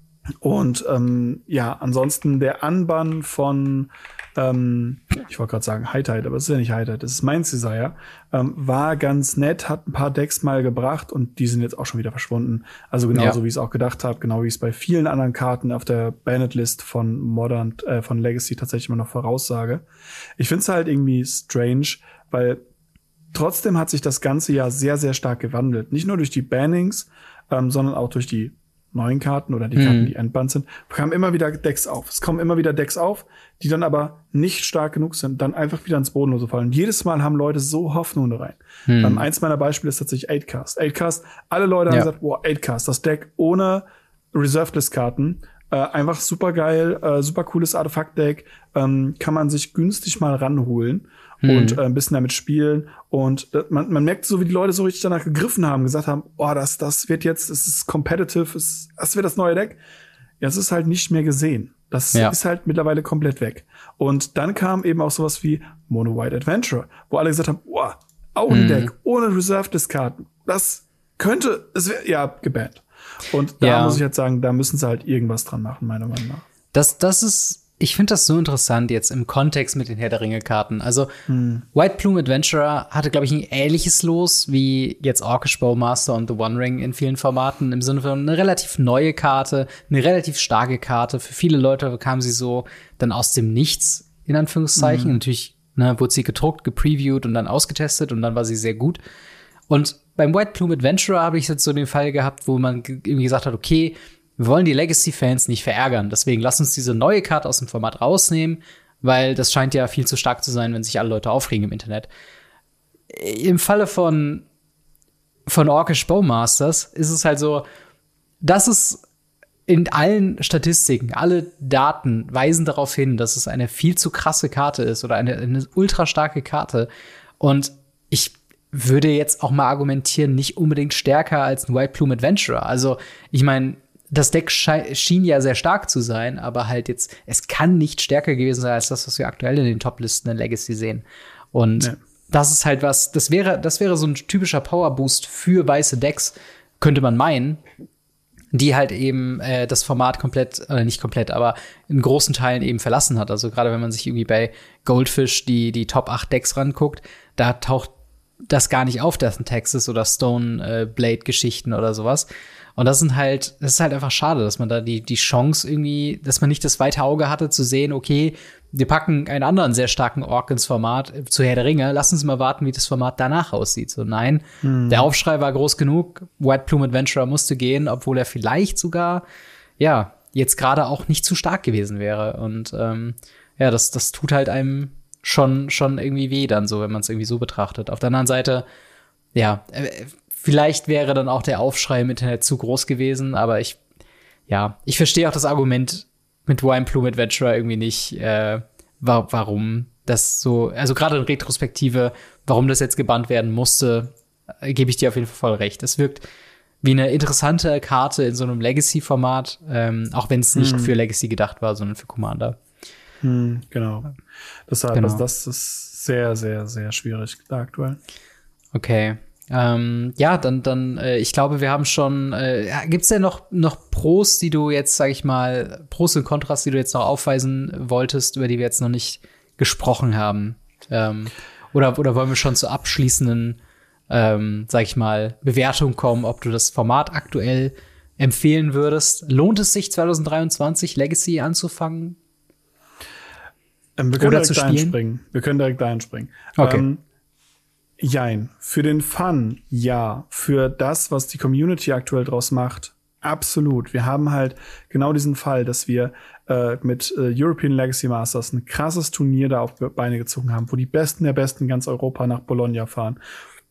und ähm, ja, ansonsten der Unban von ähm, ich wollte gerade sagen High Tide, aber es ist ja nicht High Tide, das ist Mind's Desire, ähm, war ganz nett, hat ein paar Decks mal gebracht und die sind jetzt auch schon wieder verschwunden. Also genauso, ja. wie ich es auch gedacht habe, genau wie ich es bei vielen anderen Karten auf der Banned-List von Modern, äh, von Legacy tatsächlich immer noch voraussage. Ich finde es halt irgendwie strange, weil trotzdem hat sich das ganze Jahr sehr, sehr stark gewandelt. Nicht nur durch die Bannings, ähm, sondern auch durch die neuen Karten oder die mhm. Karten, die entbannt sind, kamen immer wieder Decks auf. Es kommen immer wieder Decks auf, die dann aber nicht stark genug sind, dann einfach wieder ins Bodenlose fallen. Und jedes Mal haben Leute so Hoffnung da rein. Mhm. Ähm, eins meiner Beispiele ist tatsächlich eight cast. eight cast, alle Leute ja. haben gesagt, wow, eight cast, das Deck ohne Reserved-List-Karten, äh, einfach super geil, äh, super cooles Artefakt-Deck, ähm, kann man sich günstig mal ranholen. Mhm. Und äh, ein bisschen damit spielen. Und äh, man, man merkt so, wie die Leute so richtig danach gegriffen haben, gesagt haben, oh, das, das wird jetzt, es ist competitive, es, das wird das neue Deck. Ja, es ist halt nicht mehr gesehen. Das ja. ist halt mittlerweile komplett weg. Und dann kam eben auch sowas wie Mono White Adventure, wo alle gesagt haben, oh, auch ein mhm. Deck ohne Reserved-List-Karten. Das könnte, es wäre, ja, gebannt. Und da ja. muss ich jetzt sagen, da müssen sie halt irgendwas dran machen, meiner Meinung nach. Das, das ist Ich finde das so interessant jetzt im Kontext mit den Herr der Ringe-Karten. Also hm. White Plume Adventurer hatte, glaube ich, ein ähnliches Los wie jetzt Orcish Bowmaster und The One Ring in vielen Formaten. Im Sinne von eine relativ neue Karte, eine relativ starke Karte. Für viele Leute kam sie so dann aus dem Nichts, in Anführungszeichen. Hm. Natürlich ne, wurde sie gedruckt, gepreviewt und dann ausgetestet und dann war sie sehr gut. Und beim White Plume Adventurer habe ich jetzt so den Fall gehabt, wo man irgendwie gesagt hat, okay, wir wollen die Legacy-Fans nicht verärgern. Deswegen lass uns diese neue Karte aus dem Format rausnehmen, weil das scheint ja viel zu stark zu sein, wenn sich alle Leute aufregen im Internet. Im Falle von, von Orcish Bowmasters ist es halt so, dass es in allen Statistiken, alle Daten weisen darauf hin, dass es eine viel zu krasse Karte ist oder eine, eine ultra starke Karte. Und ich würde jetzt auch mal argumentieren, nicht unbedingt stärker als ein White Plume Adventurer. Also, ich meine, das Deck schien ja sehr stark zu sein, aber halt jetzt, es kann nicht stärker gewesen sein als das, was wir aktuell in den Top-Listen in Legacy sehen. Und ja. das ist halt was, das wäre, das wäre so ein typischer Power-Boost für weiße Decks, könnte man meinen, die halt eben äh, das Format komplett, äh, nicht komplett, aber in großen Teilen eben verlassen hat. Also gerade wenn man sich irgendwie bei Goldfish die, die Top acht Decks ranguckt, da taucht das gar nicht auf, das sind Texas oder Stone äh, Blade Geschichten oder sowas. Und das sind halt, das ist halt einfach schade, dass man da die, die Chance irgendwie, dass man nicht das weite Auge hatte zu sehen, okay, wir packen einen anderen sehr starken Ork ins Format äh, zu Herr der Ringe, lass uns mal warten, wie das Format danach aussieht. So, nein, hm. der Aufschrei war groß genug, White Plume Adventurer musste gehen, obwohl er vielleicht sogar, ja, jetzt gerade auch nicht zu stark gewesen wäre. Und ähm, ja, das, das tut halt einem schon, schon irgendwie weh dann so, wenn man es irgendwie so betrachtet. Auf der anderen Seite, ja, äh, vielleicht wäre dann auch der Aufschrei im Internet zu groß gewesen, aber ich, ja, ich verstehe auch das Argument mit White Plume Adventurer irgendwie nicht, äh, wa- warum das so, also gerade in Retrospektive, warum das jetzt gebannt werden musste, äh, gebe ich dir auf jeden Fall voll recht. Es wirkt wie eine interessante Karte in so einem Legacy-Format, ähm, auch wenn es nicht hm. für Legacy gedacht war, sondern für Commander. Hm, genau. Deshalb, genau. Also das ist sehr, sehr, sehr schwierig da aktuell. Okay. Ähm, ja, dann, dann, äh, ich glaube, wir haben schon, äh, gibt's denn noch, noch Pros, die du jetzt, sag ich mal, Pros und Kontras, die du jetzt noch aufweisen wolltest, über die wir jetzt noch nicht gesprochen haben? Ähm, oder, oder wollen wir schon zur abschließenden, ähm, sag ich mal, Bewertung kommen, ob du das Format aktuell empfehlen würdest? Lohnt es sich, zwanzig dreiundzwanzig Legacy anzufangen? Ähm, wir können oder direkt da einspringen. Wir können direkt da einspringen. Okay. Ähm, Jein. Für den Fun, ja. Für das, was die Community aktuell draus macht, absolut. Wir haben halt genau diesen Fall, dass wir äh, mit äh, European Legacy Masters ein krasses Turnier da auf Beine gezogen haben, wo die Besten der Besten in ganz Europa nach Bologna fahren,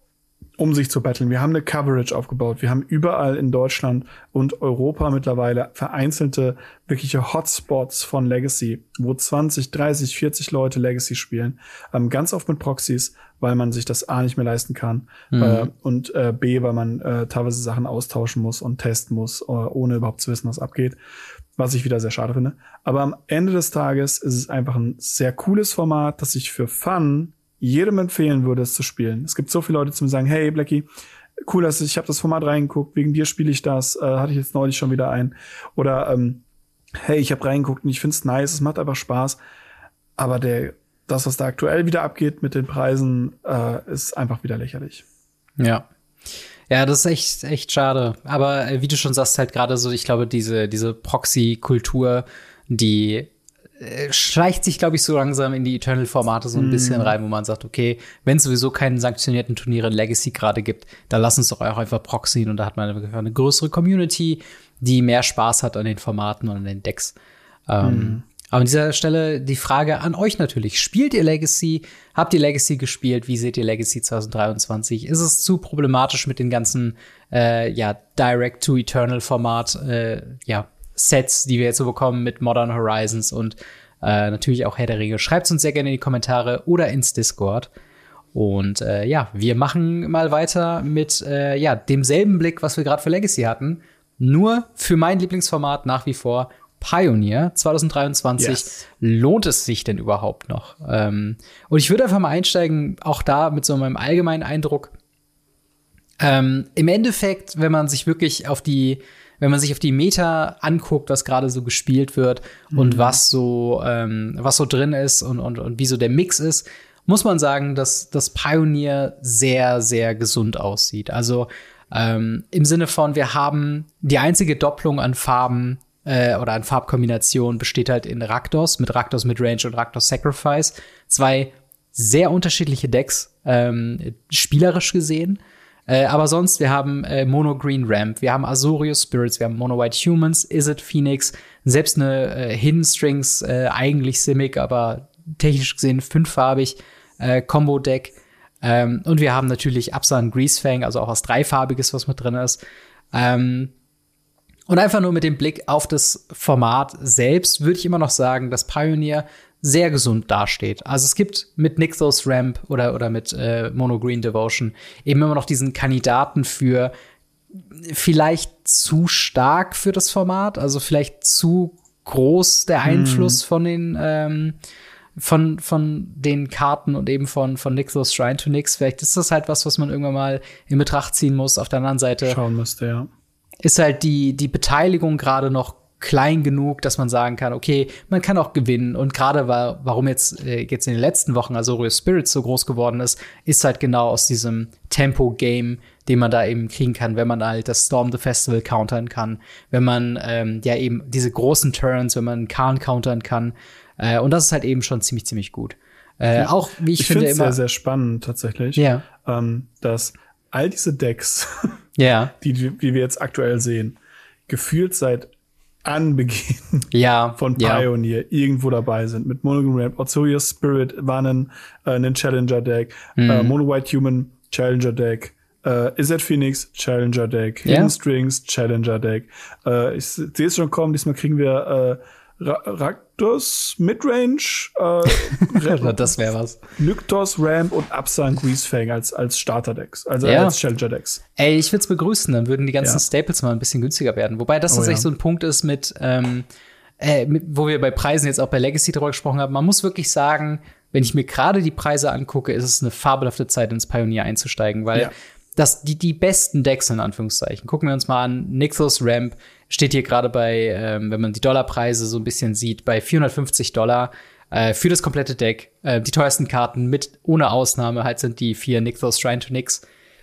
um sich zu battlen. Wir haben eine Coverage aufgebaut. Wir haben überall in Deutschland und Europa mittlerweile vereinzelte, wirkliche Hotspots von Legacy, wo zwanzig, dreißig, vierzig Leute Legacy spielen. Ähm, ganz oft mit Proxys, weil man sich das A nicht mehr leisten kann. Mhm. Äh, und äh, B, weil man äh, teilweise Sachen austauschen muss und testen muss, äh, ohne überhaupt zu wissen, was abgeht. Was ich wieder sehr schade finde. Aber am Ende des Tages ist es einfach ein sehr cooles Format, das sich für Fun jedem empfehlen würde, es zu spielen. Es gibt so viele Leute, die mir sagen, hey Blackie, cool, dass ich, ich habe das Format reingeguckt, wegen dir spiele ich das, äh, hatte ich jetzt neulich schon wieder ein. Oder ähm, hey, ich habe reingeguckt und ich find's nice, es macht einfach Spaß. Aber der, das, was da aktuell wieder abgeht mit den Preisen, äh, ist einfach wieder lächerlich. Ja. Ja, das ist echt, echt schade. Aber äh, wie du schon sagst, halt gerade so, ich glaube, diese, diese Proxy-Kultur, die schleicht sich, glaube ich, so langsam in die Eternal-Formate so ein mm. bisschen rein, wo man sagt, okay, wenn es sowieso keinen sanktionierten Turniere in Legacy gerade gibt, dann lass uns doch auch einfach proxyen und da hat man eine größere Community, die mehr Spaß hat an den Formaten und an den Decks. Mm. Ähm, aber an dieser Stelle die Frage an euch natürlich. Spielt ihr Legacy? Habt ihr Legacy gespielt? Wie seht ihr Legacy zwanzig dreiundzwanzig? Ist es zu problematisch mit den ganzen äh, ja, Direct-to-Eternal-Format äh, ja, Sets, die wir jetzt so bekommen mit Modern Horizons und äh, natürlich auch Herr der Ringe. Schreibt uns sehr gerne in die Kommentare oder ins Discord. Und äh, ja, wir machen mal weiter mit äh, ja, demselben Blick, was wir gerade für Legacy hatten. Nur für mein Lieblingsformat nach wie vor Pioneer zwanzig dreiundzwanzig. Yes. Lohnt es sich denn überhaupt noch? Ähm, und ich würde einfach mal einsteigen, auch da mit so meinem allgemeinen Eindruck. Ähm, Im Endeffekt, wenn man sich wirklich auf die Wenn man sich auf die Meta anguckt, was gerade so gespielt wird mhm. und was so ähm, was so drin ist und, und, und wie so der Mix ist, muss man sagen, dass das Pioneer sehr, sehr gesund aussieht. Also ähm, im Sinne von, wir haben die einzige Doppelung an Farben äh, oder an Farbkombinationen besteht halt in Rakdos, mit Rakdos Midrange und Rakdos Sacrifice. Zwei sehr unterschiedliche Decks, ähm, spielerisch gesehen. Äh, aber sonst, wir haben äh, Mono Green Ramp, wir haben Azorius Spirits, wir haben Mono White Humans, Izzet Phoenix, selbst eine äh, Hidden Strings, äh, eigentlich Simic, aber technisch gesehen fünffarbig, äh, Combo-Deck. Ähm, und wir haben natürlich Absan Greasefang, also auch was Dreifarbiges, was mit drin ist. Ähm, und einfach nur mit dem Blick auf das Format selbst würde ich immer noch sagen, dass Pioneer sehr gesund dasteht. Also es gibt mit Nixos Ramp oder, oder mit äh, Mono Green Devotion eben immer noch diesen Kandidaten für vielleicht zu stark für das Format, also vielleicht zu groß der Einfluss mm. von den ähm, von, von den Karten und eben von, von Nixos Shrine to Nix. Vielleicht ist das halt was, was man irgendwann mal in Betracht ziehen muss. Auf der anderen Seite schauen müsste, ja. Ist halt die, die Beteiligung gerade noch klein genug, dass man sagen kann, okay, man kann auch gewinnen. Und gerade war, warum jetzt, äh, jetzt in den letzten Wochen Azorius Spirits so groß geworden ist, ist halt genau aus diesem Tempo-Game, den man da eben kriegen kann, wenn man halt das Storm the Festival countern kann, wenn man ähm, ja eben diese großen Turns, wenn man Khan countern kann. Äh, und das ist halt eben schon ziemlich, ziemlich gut. Äh, ja, auch, wie ich, ich finde, immer sehr, sehr spannend tatsächlich, ja. ähm, dass all diese Decks, ja. die, die wir jetzt aktuell sehen, gefühlt seit Anbeginn ja, von Pioneer ja. irgendwo dabei sind. Mit Mono Green Ramp, Azorius Spirit war ein, äh, ein Challenger-Deck, mhm. äh, Mono White Human, Challenger-Deck, äh, Izzet Phoenix, Challenger-Deck, Hidden ja. Strings, Challenger-Deck. Äh, ich sehe es schon kommen, diesmal kriegen wir äh, Ra- Rakdos Midrange, äh, das wäre was. Nyktos Ramp und Absan Greasefang als, als Starter-Decks, also ja. als Challenger-Decks. Ey, ich würde es begrüßen, dann würden die ganzen ja. Staples mal ein bisschen günstiger werden. Wobei das oh, tatsächlich ja. so ein Punkt ist mit, ähm, äh, mit, wo wir bei Preisen jetzt auch bei Legacy drüber gesprochen haben. Man muss wirklich sagen, wenn ich mir gerade die Preise angucke, ist es eine fabelhafte Zeit, ins Pioneer einzusteigen, weil ja. das, die, die besten Decks, in Anführungszeichen, gucken wir uns mal an, Nixos Ramp steht hier gerade bei, ähm, wenn man die Dollarpreise so ein bisschen sieht, bei vierhundertfünfzig Dollar äh, für das komplette Deck. Äh, die teuersten Karten mit, ohne Ausnahme, halt sind die vier Nixos Shrine to Nix,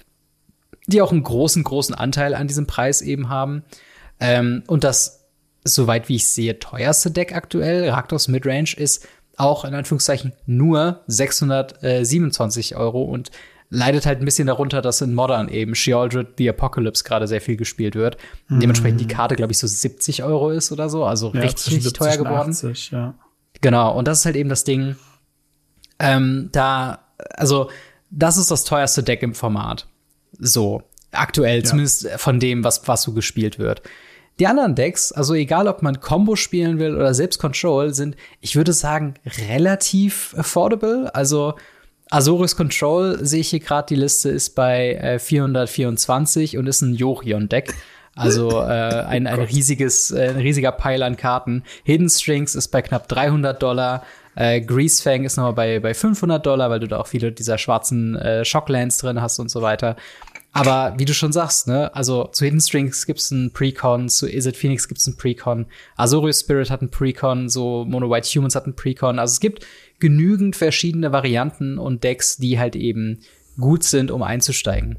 die auch einen großen, großen Anteil an diesem Preis eben haben. Ähm, und das, soweit wie ich sehe, teuerste Deck aktuell, Rakdos Midrange, ist auch in Anführungszeichen nur sechshundertsiebenundzwanzig Euro und leidet halt ein bisschen darunter, dass in Modern eben Sheoldred the Apocalypse gerade sehr viel gespielt wird. Mhm. Dementsprechend die Karte, glaube ich, so siebzig Euro ist oder so. Also ja, richtig, richtig teuer geworden. achtzig, ja. Genau, und das ist halt eben das Ding, ähm, da, also das ist das teuerste Deck im Format. So, aktuell, ja. Zumindest von dem, was, was so gespielt wird. Die anderen Decks, also egal, ob man Combo spielen will oder selbst Control, sind, ich würde sagen, relativ affordable. Also Azorius Control, sehe ich hier gerade, die Liste ist bei äh, vierhundertvierundzwanzig und ist ein Yorion-Deck. Also äh, ein, ein riesiges, äh, ein riesiger Pile an Karten. Hidden Strings ist bei knapp dreihundert Dollar. Äh, Greasefang ist nochmal bei, bei fünfhundert Dollar, weil du da auch viele dieser schwarzen äh, Shocklands drin hast und so weiter. Aber wie du schon sagst, ne, also zu Hidden Strings gibt's einen Precon, zu Izzet Phoenix gibt's einen Precon, Azorius Spirit hat einen Precon, so Mono White Humans hat einen Precon. Also es gibt genügend verschiedene Varianten und Decks, die halt eben gut sind, um einzusteigen.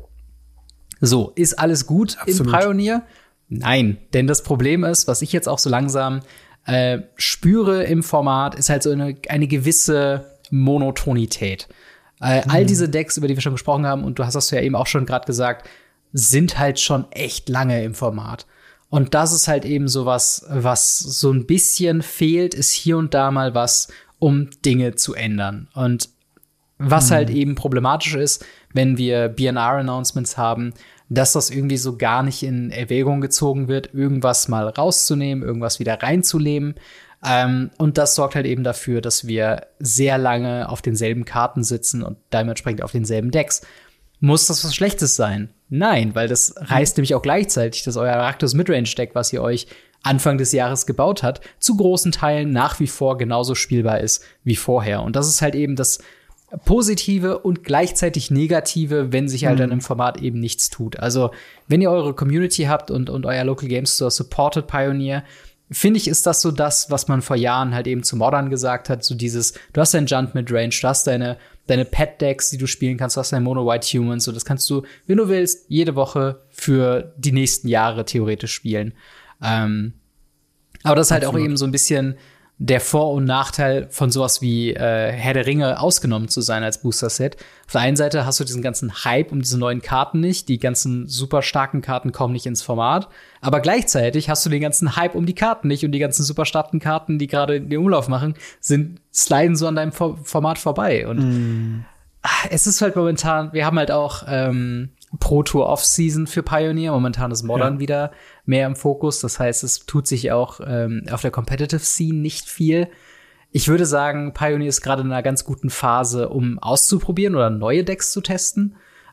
So, ist alles gut Absolut. In Pioneer? Nein, denn das Problem ist, was ich jetzt auch so langsam äh, spüre im Format, ist halt so eine, eine gewisse Monotonität. Äh, mhm. All diese Decks, über die wir schon gesprochen haben, und du hast das ja eben auch schon gerade gesagt, sind halt schon echt lange im Format. Und das ist halt eben so was, was so ein bisschen fehlt, ist hier und da mal was, um Dinge zu ändern. Und was mhm. halt eben problematisch ist, wenn wir B N R-Announcements haben, dass das irgendwie so gar nicht in Erwägung gezogen wird, irgendwas mal rauszunehmen, irgendwas wieder reinzunehmen. Ähm, und das sorgt halt eben dafür, dass wir sehr lange auf denselben Karten sitzen und dementsprechend auf denselben Decks. Muss das was Schlechtes sein? Nein, weil das reißt nämlich auch gleichzeitig, dass euer Rakdos Midrange-Deck, was ihr euch Anfang des Jahres gebaut hat, zu großen Teilen nach wie vor genauso spielbar ist wie vorher. Und das ist halt eben das Positive und gleichzeitig Negative, wenn sich halt mhm. dann im Format eben nichts tut. Also, wenn ihr eure Community habt und, und euer Local Game Store supportet Pioneer, finde ich, ist das so das, was man vor Jahren halt eben zu Modern gesagt hat. So dieses, du hast dein Junt Midrange, du hast deine, deine Pet-Decks, die du spielen kannst, du hast deine Mono-White Humans. So, das kannst du, wenn du willst, jede Woche für die nächsten Jahre theoretisch spielen. Ähm, aber das ist halt Absolut. Auch eben so ein bisschen der Vor- und Nachteil von sowas wie äh, Herr der Ringe ausgenommen zu sein als Booster-Set. Auf der einen Seite hast du diesen ganzen Hype um diese neuen Karten nicht. Die ganzen super starken Karten kommen nicht ins Format. Aber gleichzeitig hast du den ganzen Hype um die Karten nicht. Und die ganzen super starken Karten, die gerade den Umlauf machen, sind sliden so an deinem For- Format vorbei. Und mm. es ist halt momentan, wir haben halt auch ähm, Pro Tour Off-Season für Pioneer. Momentan ist Modern ja. wieder mehr im Fokus. Das heißt, es tut sich auch ähm, auf der Competitive Scene nicht viel. Ich würde sagen, Pioneer ist gerade in einer ganz guten Phase, um auszuprobieren oder neue Decks zu testen.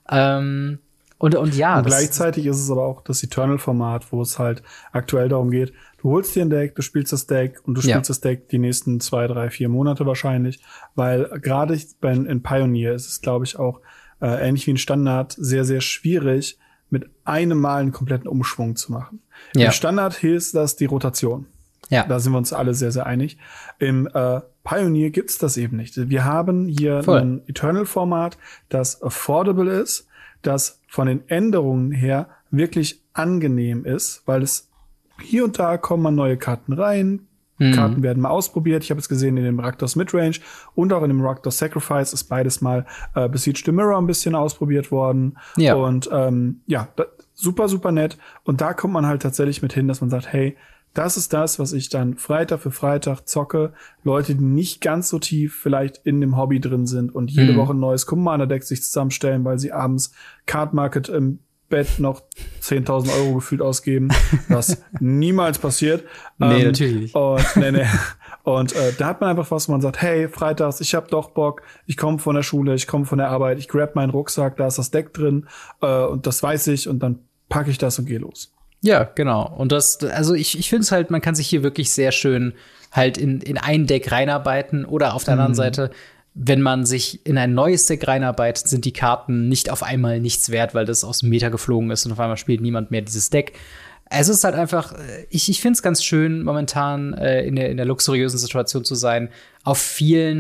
Ähm, und, und ja. Und gleichzeitig ist es aber auch das Eternal-Format, wo es halt aktuell darum geht, du holst dir ein Deck, du spielst das Deck und du spielst ja. das Deck die nächsten zwei, drei, vier Monate wahrscheinlich. Weil gerade in Pioneer ist es, glaube ich, auch äh, ähnlich wie ein Standard sehr, sehr schwierig, mit einem Mal einen kompletten Umschwung zu machen. Ja. Im Standard hilft das die Rotation. Ja. Da sind wir uns alle sehr, sehr einig. Im äh, Pioneer gibt's das eben nicht. Wir haben hier Voll. ein Eternal-Format, das affordable ist, das von den Änderungen her wirklich angenehm ist, weil es hier und da kommen mal neue Karten rein. Mhm. Karten werden mal ausprobiert. Ich habe es gesehen in dem Rakdos Midrange und auch in dem Rakdos Sacrifice ist beides mal äh, Besiege the Mirror ein bisschen ausprobiert worden. Ja. Und ähm, ja, da, super, super nett. Und da kommt man halt tatsächlich mit hin, dass man sagt, hey, das ist das, was ich dann Freitag für Freitag zocke. Leute, die nicht ganz so tief vielleicht in dem Hobby drin sind und jede mhm. Woche ein neues Commander-Deck sich zusammenstellen, weil sie abends Card Market im Bett noch zehntausend Euro gefühlt ausgeben, was niemals passiert. Nee, ähm, natürlich nicht. Und, nee, nee. und äh, da hat man einfach was, wo man sagt, hey, freitags, ich hab doch Bock, ich komme von der Schule, ich komme von der Arbeit, ich grab meinen Rucksack, da ist das Deck drin äh, und das weiß ich und dann packe ich das und gehe los. Ja, genau. Und das, also ich, ich finde es halt, man kann sich hier wirklich sehr schön halt in, in ein Deck reinarbeiten oder auf der anderen mhm. Seite, wenn man sich in ein neues Deck reinarbeitet, sind die Karten nicht auf einmal nichts wert, weil das aus dem Meta geflogen ist und auf einmal spielt niemand mehr dieses Deck. Es ist halt einfach, ich, ich finde es ganz schön, momentan äh, in, der, in der luxuriösen Situation zu sein, auf vielen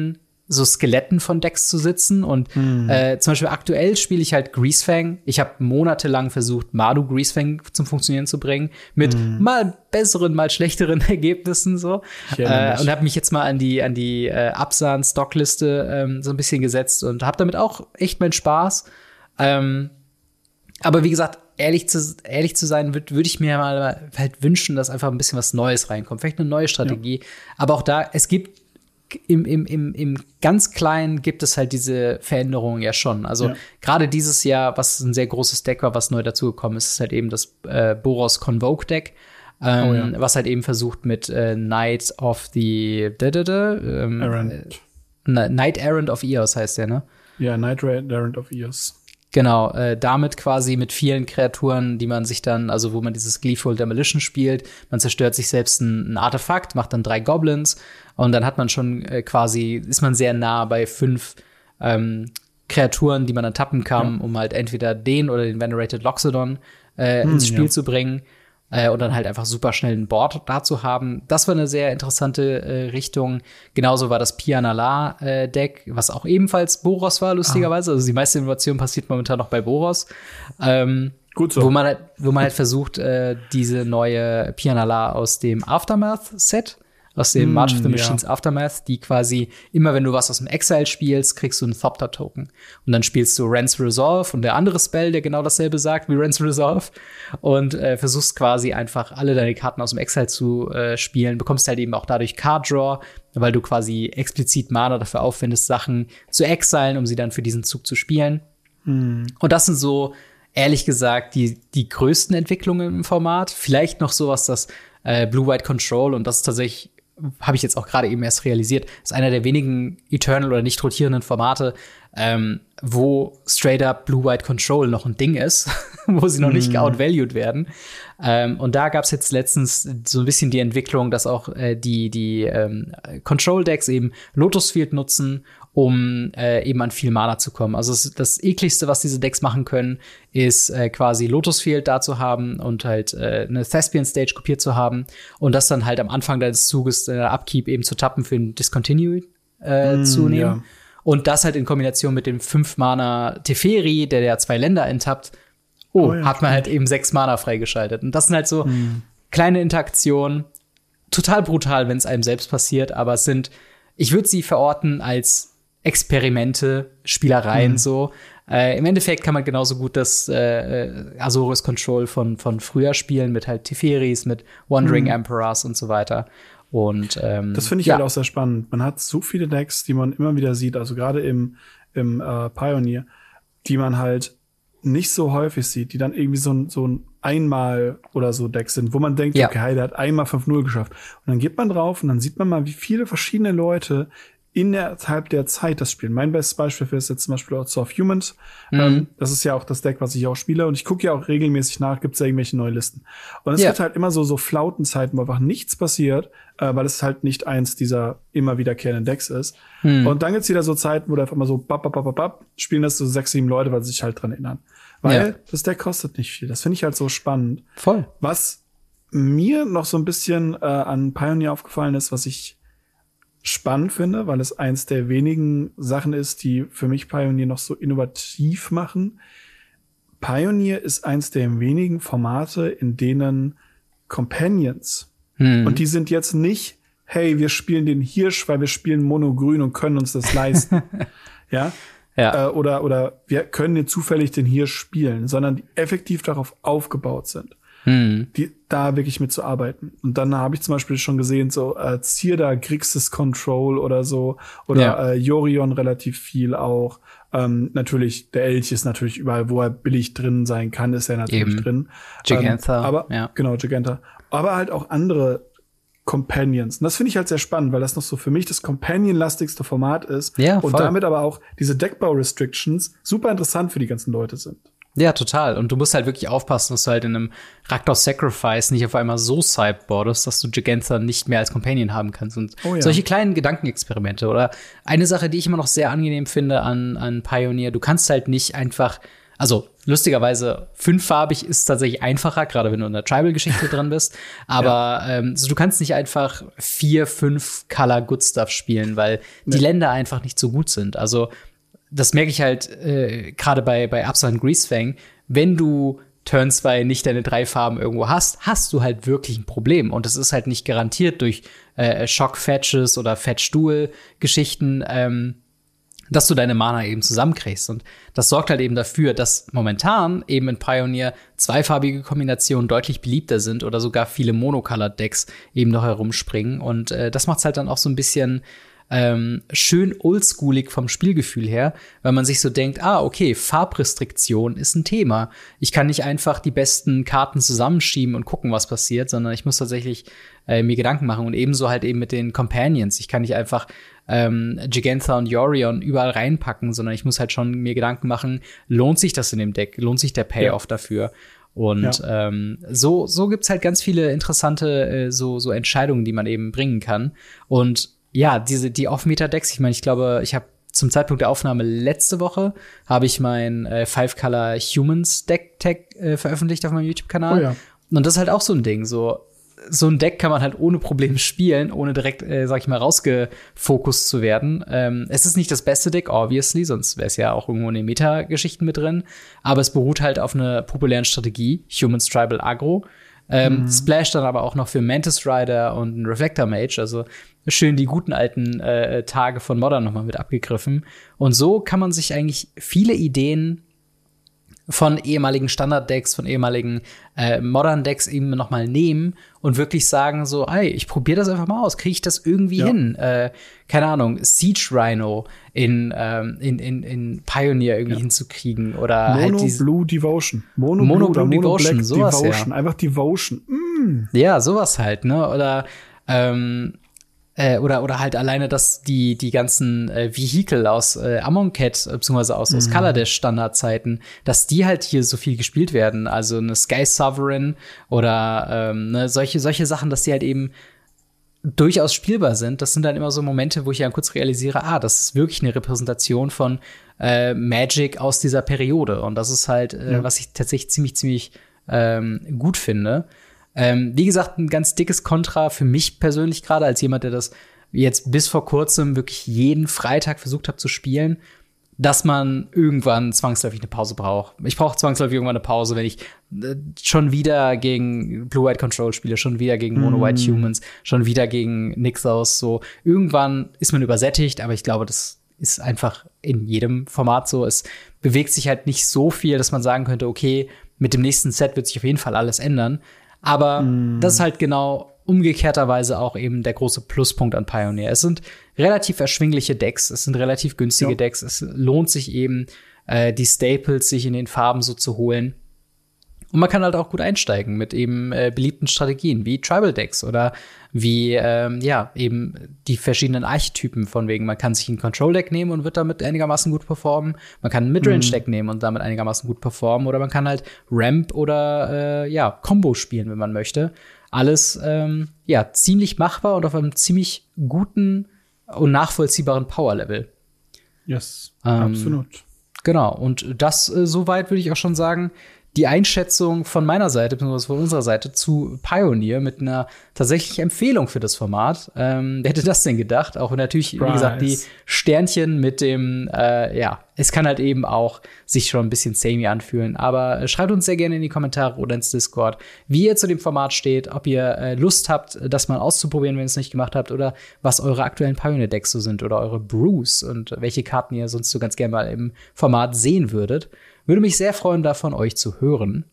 so Skeletten von Decks zu sitzen. Und mhm. äh, zum Beispiel aktuell spiele ich halt Greasefang. Ich habe monatelang versucht, Mardu Greasefang zum Funktionieren zu bringen. Mit mhm. mal besseren, mal schlechteren Ergebnissen so. Äh, und habe mich jetzt mal an die, an die äh, Absan-Stockliste ähm, so ein bisschen gesetzt und habe damit auch echt meinen Spaß. Ähm, aber wie gesagt, ehrlich zu, ehrlich zu sein, würde würd ich mir mal halt wünschen, dass einfach ein bisschen was Neues reinkommt. Vielleicht eine neue Strategie. Ja. Aber auch da, es gibt Im, im, im, im ganz Kleinen gibt es halt diese Veränderungen ja schon. Also ja. gerade dieses Jahr, was ein sehr großes Deck war, was neu dazugekommen ist, ist halt eben das äh, Boros Convoke Deck, ähm, oh ja. was halt eben versucht mit äh, Knight of the da, da, da, ähm, Errant. Äh, Knight Errant of Eos heißt der, ne? Ja, Knight Errant of Eos. Genau, äh, damit quasi mit vielen Kreaturen, die man sich dann, also wo man dieses Gleeful Demolition spielt, man zerstört sich selbst ein, ein Artefakt, macht dann drei Goblins und dann hat man schon äh, quasi, ist man sehr nah bei fünf ähm, Kreaturen, die man dann tappen kann, ja. um halt entweder den oder den Venerated Loxodon äh, hm, ins Spiel ja. zu bringen. Äh, und dann halt einfach super schnell ein Board dazu haben. Das war eine sehr interessante äh, Richtung. Genauso war das Pianala-Deck, äh, was auch ebenfalls Boros war, lustigerweise. Ah. Also die meiste Innovation passiert momentan noch bei Boros. Ähm, Gut so. Wo man halt, wo man halt versucht, äh, diese neue Pianala aus dem Aftermath-Set, aus dem mm, March of the Machines ja. Aftermath, die quasi immer, wenn du was aus dem Exile spielst, kriegst du einen Thopter-Token. Und dann spielst du Rens Resolve und der andere Spell, der genau dasselbe sagt wie Rens Resolve. Und äh, versuchst quasi einfach alle deine Karten aus dem Exile zu äh, spielen. Bekommst halt eben auch dadurch Card Draw, weil du quasi explizit Mana dafür aufwendest, Sachen zu exilen, um sie dann für diesen Zug zu spielen. Mm. Und das sind so, ehrlich gesagt, die, die größten Entwicklungen im Format. Vielleicht noch sowas, das äh, Blue-White Control, und das ist tatsächlich, habe ich jetzt auch gerade eben erst realisiert, ist einer der wenigen Eternal oder nicht rotierenden Formate, ähm, wo straight-up Blue-White Control noch ein Ding ist, wo sie noch mm. nicht geoutvalued werden. Ähm, und da gab es jetzt letztens so ein bisschen die Entwicklung, dass auch äh, die, die ähm, Control-Decks eben Lotus Field nutzen, um äh, eben an viel Mana zu kommen. Also das, das ekligste, was diese Decks machen können, ist äh, quasi Lotus Field da zu haben und halt äh, eine Thespian Stage kopiert zu haben und das dann halt am Anfang deines Zuges in der Upkeep eben zu tappen für ein Discontinue äh, mm, zu nehmen. Ja. Und das halt in Kombination mit dem fünf Mana Teferi, der ja zwei Länder enttappt, oh, oh ja, hat man halt eben sechs Mana freigeschaltet. Und das sind halt so mm. kleine Interaktionen, total brutal, wenn es einem selbst passiert, aber es sind, ich würde sie verorten als Experimente, Spielereien mhm. so. Äh, Im Endeffekt kann man genauso gut das äh, Azorius Control von, von früher spielen, mit halt Teferis, mit Wandering mhm. Emperors und so weiter. Und ähm, das finde ich ja. halt auch sehr spannend. Man hat so viele Decks, die man immer wieder sieht, also gerade im, im äh, Pioneer, die man halt nicht so häufig sieht, die dann irgendwie so ein, so ein Einmal oder so Decks sind, wo man denkt, ja. okay, der hat einmal fünf null geschafft. Und dann geht man drauf und dann sieht man mal, wie viele verschiedene Leute innerhalb der Zeit das spielen. Mein bestes Beispiel für ist jetzt zum Beispiel auch Soft Humans. Mhm. Ähm, das ist ja auch das Deck, was ich auch spiele. Und ich gucke ja auch regelmäßig nach, gibt es da irgendwelche neue Listen. Und es ja. gibt halt immer so, so Flautenzeiten, wo einfach nichts passiert, äh, weil es halt nicht eins dieser immer wiederkehrenden Decks ist. Mhm. Und dann gibt's wieder so Zeiten, wo da einfach mal so bap, bap, bap, bap, spielen das so sechs, sieben Leute, weil sie sich halt dran erinnern. Weil ja. das Deck kostet nicht viel. Das finde ich halt so spannend. Voll. Was mir noch so ein bisschen äh, an Pioneer aufgefallen ist, was ich spannend finde, weil es eins der wenigen Sachen ist, die für mich Pioneer noch so innovativ machen. Pioneer ist eins der wenigen Formate, in denen Companions, hm. und die sind jetzt nicht, hey, wir spielen den Hirsch, weil wir spielen Mono-Grün und können uns das leisten. ja? ja. Äh, oder, oder wir können jetzt zufällig den Hirsch spielen, sondern die effektiv darauf aufgebaut sind. Hm. Die da wirklich mitzuarbeiten. Und dann habe ich zum Beispiel schon gesehen, so äh, Zirda, Grixis Control oder so, oder ja. äh, Yorion relativ viel auch. Ähm, natürlich, der Elch ist natürlich überall, wo er billig drin sein kann, ist er natürlich Eben. drin. Giganta. Ähm, aber, ja. genau, Giganta. Aber halt auch andere Companions. Und das finde ich halt sehr spannend, weil das noch so für mich das Companion-lastigste Format ist. Ja, und damit aber auch diese Deckbau-Restrictions super interessant für die ganzen Leute sind. Ja, total. Und du musst halt wirklich aufpassen, dass du halt in einem Rakdos Sacrifice nicht auf einmal so sideboardest, dass du Gigantha nicht mehr als Companion haben kannst. Und oh ja. solche kleinen Gedankenexperimente. Oder eine Sache, die ich immer noch sehr angenehm finde an, an Pioneer, du kannst halt nicht einfach, also lustigerweise, fünffarbig ist tatsächlich einfacher, gerade wenn du in der Tribal-Geschichte drin bist. Aber ja. ähm, also du kannst nicht einfach vier, fünf Color Good Stuff spielen, weil die ja. Länder einfach nicht so gut sind. Also das merke ich halt äh, gerade bei, bei Absa und Greasefang. Wenn du Turn zwei nicht deine drei Farben irgendwo hast, hast du halt wirklich ein Problem. Und das ist halt nicht garantiert durch äh, Shock-Fetches oder Fetch-Duel-Geschichten, ähm, dass du deine Mana eben zusammenkriegst. Und das sorgt halt eben dafür, dass momentan eben in Pioneer zweifarbige Kombinationen deutlich beliebter sind oder sogar viele Monocolored-Decks eben noch herumspringen. Und äh, das macht's halt dann auch so ein bisschen Ähm, schön oldschoolig vom Spielgefühl her, weil man sich so denkt, ah, okay, Farbrestriktion ist ein Thema. Ich kann nicht einfach die besten Karten zusammenschieben und gucken, was passiert, sondern ich muss tatsächlich äh, mir Gedanken machen. Und ebenso halt eben mit den Companions. Ich kann nicht einfach ähm, Gigantha und Yorion überall reinpacken, sondern ich muss halt schon mir Gedanken machen, lohnt sich das in dem Deck? Lohnt sich der Payoff ja. dafür? Und ja. ähm, so, so gibt's halt ganz viele interessante äh, so, so Entscheidungen, die man eben bringen kann. Und ja, diese die Off-Meta-Decks, ich meine, ich glaube, ich habe zum Zeitpunkt der Aufnahme letzte Woche habe ich mein äh, Five-Color Humans Deck-Tag äh, veröffentlicht auf meinem YouTube-Kanal. Oh ja. Und das ist halt auch so ein Ding. So, so ein Deck kann man halt ohne Probleme spielen, ohne direkt, äh, sag ich mal, rausgefokust zu werden. Ähm, es ist nicht das beste Deck, obviously, sonst wäre es ja auch irgendwo in den Meta-Geschichten mit drin. Aber es beruht halt auf einer populären Strategie, Humans Tribal Aggro. Ähm, mhm. Splash dann aber auch noch für Mantis Rider und einen Reflector Mage, also schön die guten alten äh, Tage von Modern noch mal mit abgegriffen. Und so kann man sich eigentlich viele Ideen von ehemaligen Standard-Decks, von ehemaligen äh, Modern-Decks eben noch mal nehmen und wirklich sagen so, ey, ich probiere das einfach mal aus, kriege ich das irgendwie ja. hin? Äh, keine Ahnung, Siege Rhino in, ähm, in, in, in Pioneer irgendwie ja. hinzukriegen oder Mono halt diese Blue Devotion. Mono, Mono Blue, Blue Mono Devotion, Black sowas, Devotion. Ja. Einfach Devotion. Mm. Ja, sowas halt, ne? Oder ähm, Äh, oder oder halt alleine, dass die die ganzen äh, Vehikel aus äh, Amonkhet beziehungsweise aus, mhm. aus Kaladesh Standardzeiten, dass die halt hier so viel gespielt werden. Also eine Sky Sovereign oder ähm, ne, solche solche Sachen, dass die halt eben durchaus spielbar sind. Das sind dann immer so Momente, wo ich ja kurz realisiere, ah, das ist wirklich eine Repräsentation von äh, Magic aus dieser Periode. Und das ist halt, äh, ja. was ich tatsächlich ziemlich ziemlich ähm, gut finde. Ähm, wie gesagt, ein ganz dickes Kontra für mich persönlich gerade, als jemand, der das jetzt bis vor kurzem wirklich jeden Freitag versucht hat zu spielen, dass man irgendwann zwangsläufig eine Pause braucht. Ich brauche zwangsläufig irgendwann eine Pause, wenn ich äh, schon wieder gegen Blue-White Control spiele, schon wieder gegen Mono-White mm. Humans, schon wieder gegen Nixos. So, irgendwann ist man übersättigt, aber ich glaube, das ist einfach in jedem Format so. Es bewegt sich halt nicht so viel, dass man sagen könnte, okay, mit dem nächsten Set wird sich auf jeden Fall alles ändern. Aber mm. das ist halt genau umgekehrterweise auch eben der große Pluspunkt an Pioneer. Es sind relativ erschwingliche Decks, es sind relativ günstige ja. Decks. Es lohnt sich eben, äh, die Staples sich in den Farben so zu holen. Und man kann halt auch gut einsteigen mit eben äh, beliebten Strategien wie Tribal Decks oder wie ähm, ja eben die verschiedenen Archetypen von wegen. Man kann sich ein Control Deck nehmen und wird damit einigermaßen gut performen. Man kann ein Midrange Deck mm. nehmen und damit einigermaßen gut performen. Oder man kann halt Ramp oder äh, ja Combo spielen, wenn man möchte. Alles ähm, ja ziemlich machbar und auf einem ziemlich guten und nachvollziehbaren Power Level. Yes, ähm, absolut. Genau. Und das äh, soweit würde ich auch schon sagen. Die Einschätzung von meiner Seite, beziehungsweise von unserer Seite zu Pioneer mit einer tatsächlich Empfehlung für das Format. Ähm, wer hätte das denn gedacht? Auch natürlich, Price. Wie gesagt, die Sternchen mit dem, äh, ja, es kann halt eben auch sich schon ein bisschen samey anfühlen. Aber äh, schreibt uns sehr gerne in die Kommentare oder ins Discord, wie ihr zu dem Format steht, ob ihr äh, Lust habt, das mal auszuprobieren, wenn ihr es nicht gemacht habt, oder was eure aktuellen Pioneer-Decks so sind oder eure Brews und welche Karten ihr sonst so ganz gerne mal im Format sehen würdet. Würde mich sehr freuen, da von euch zu hören.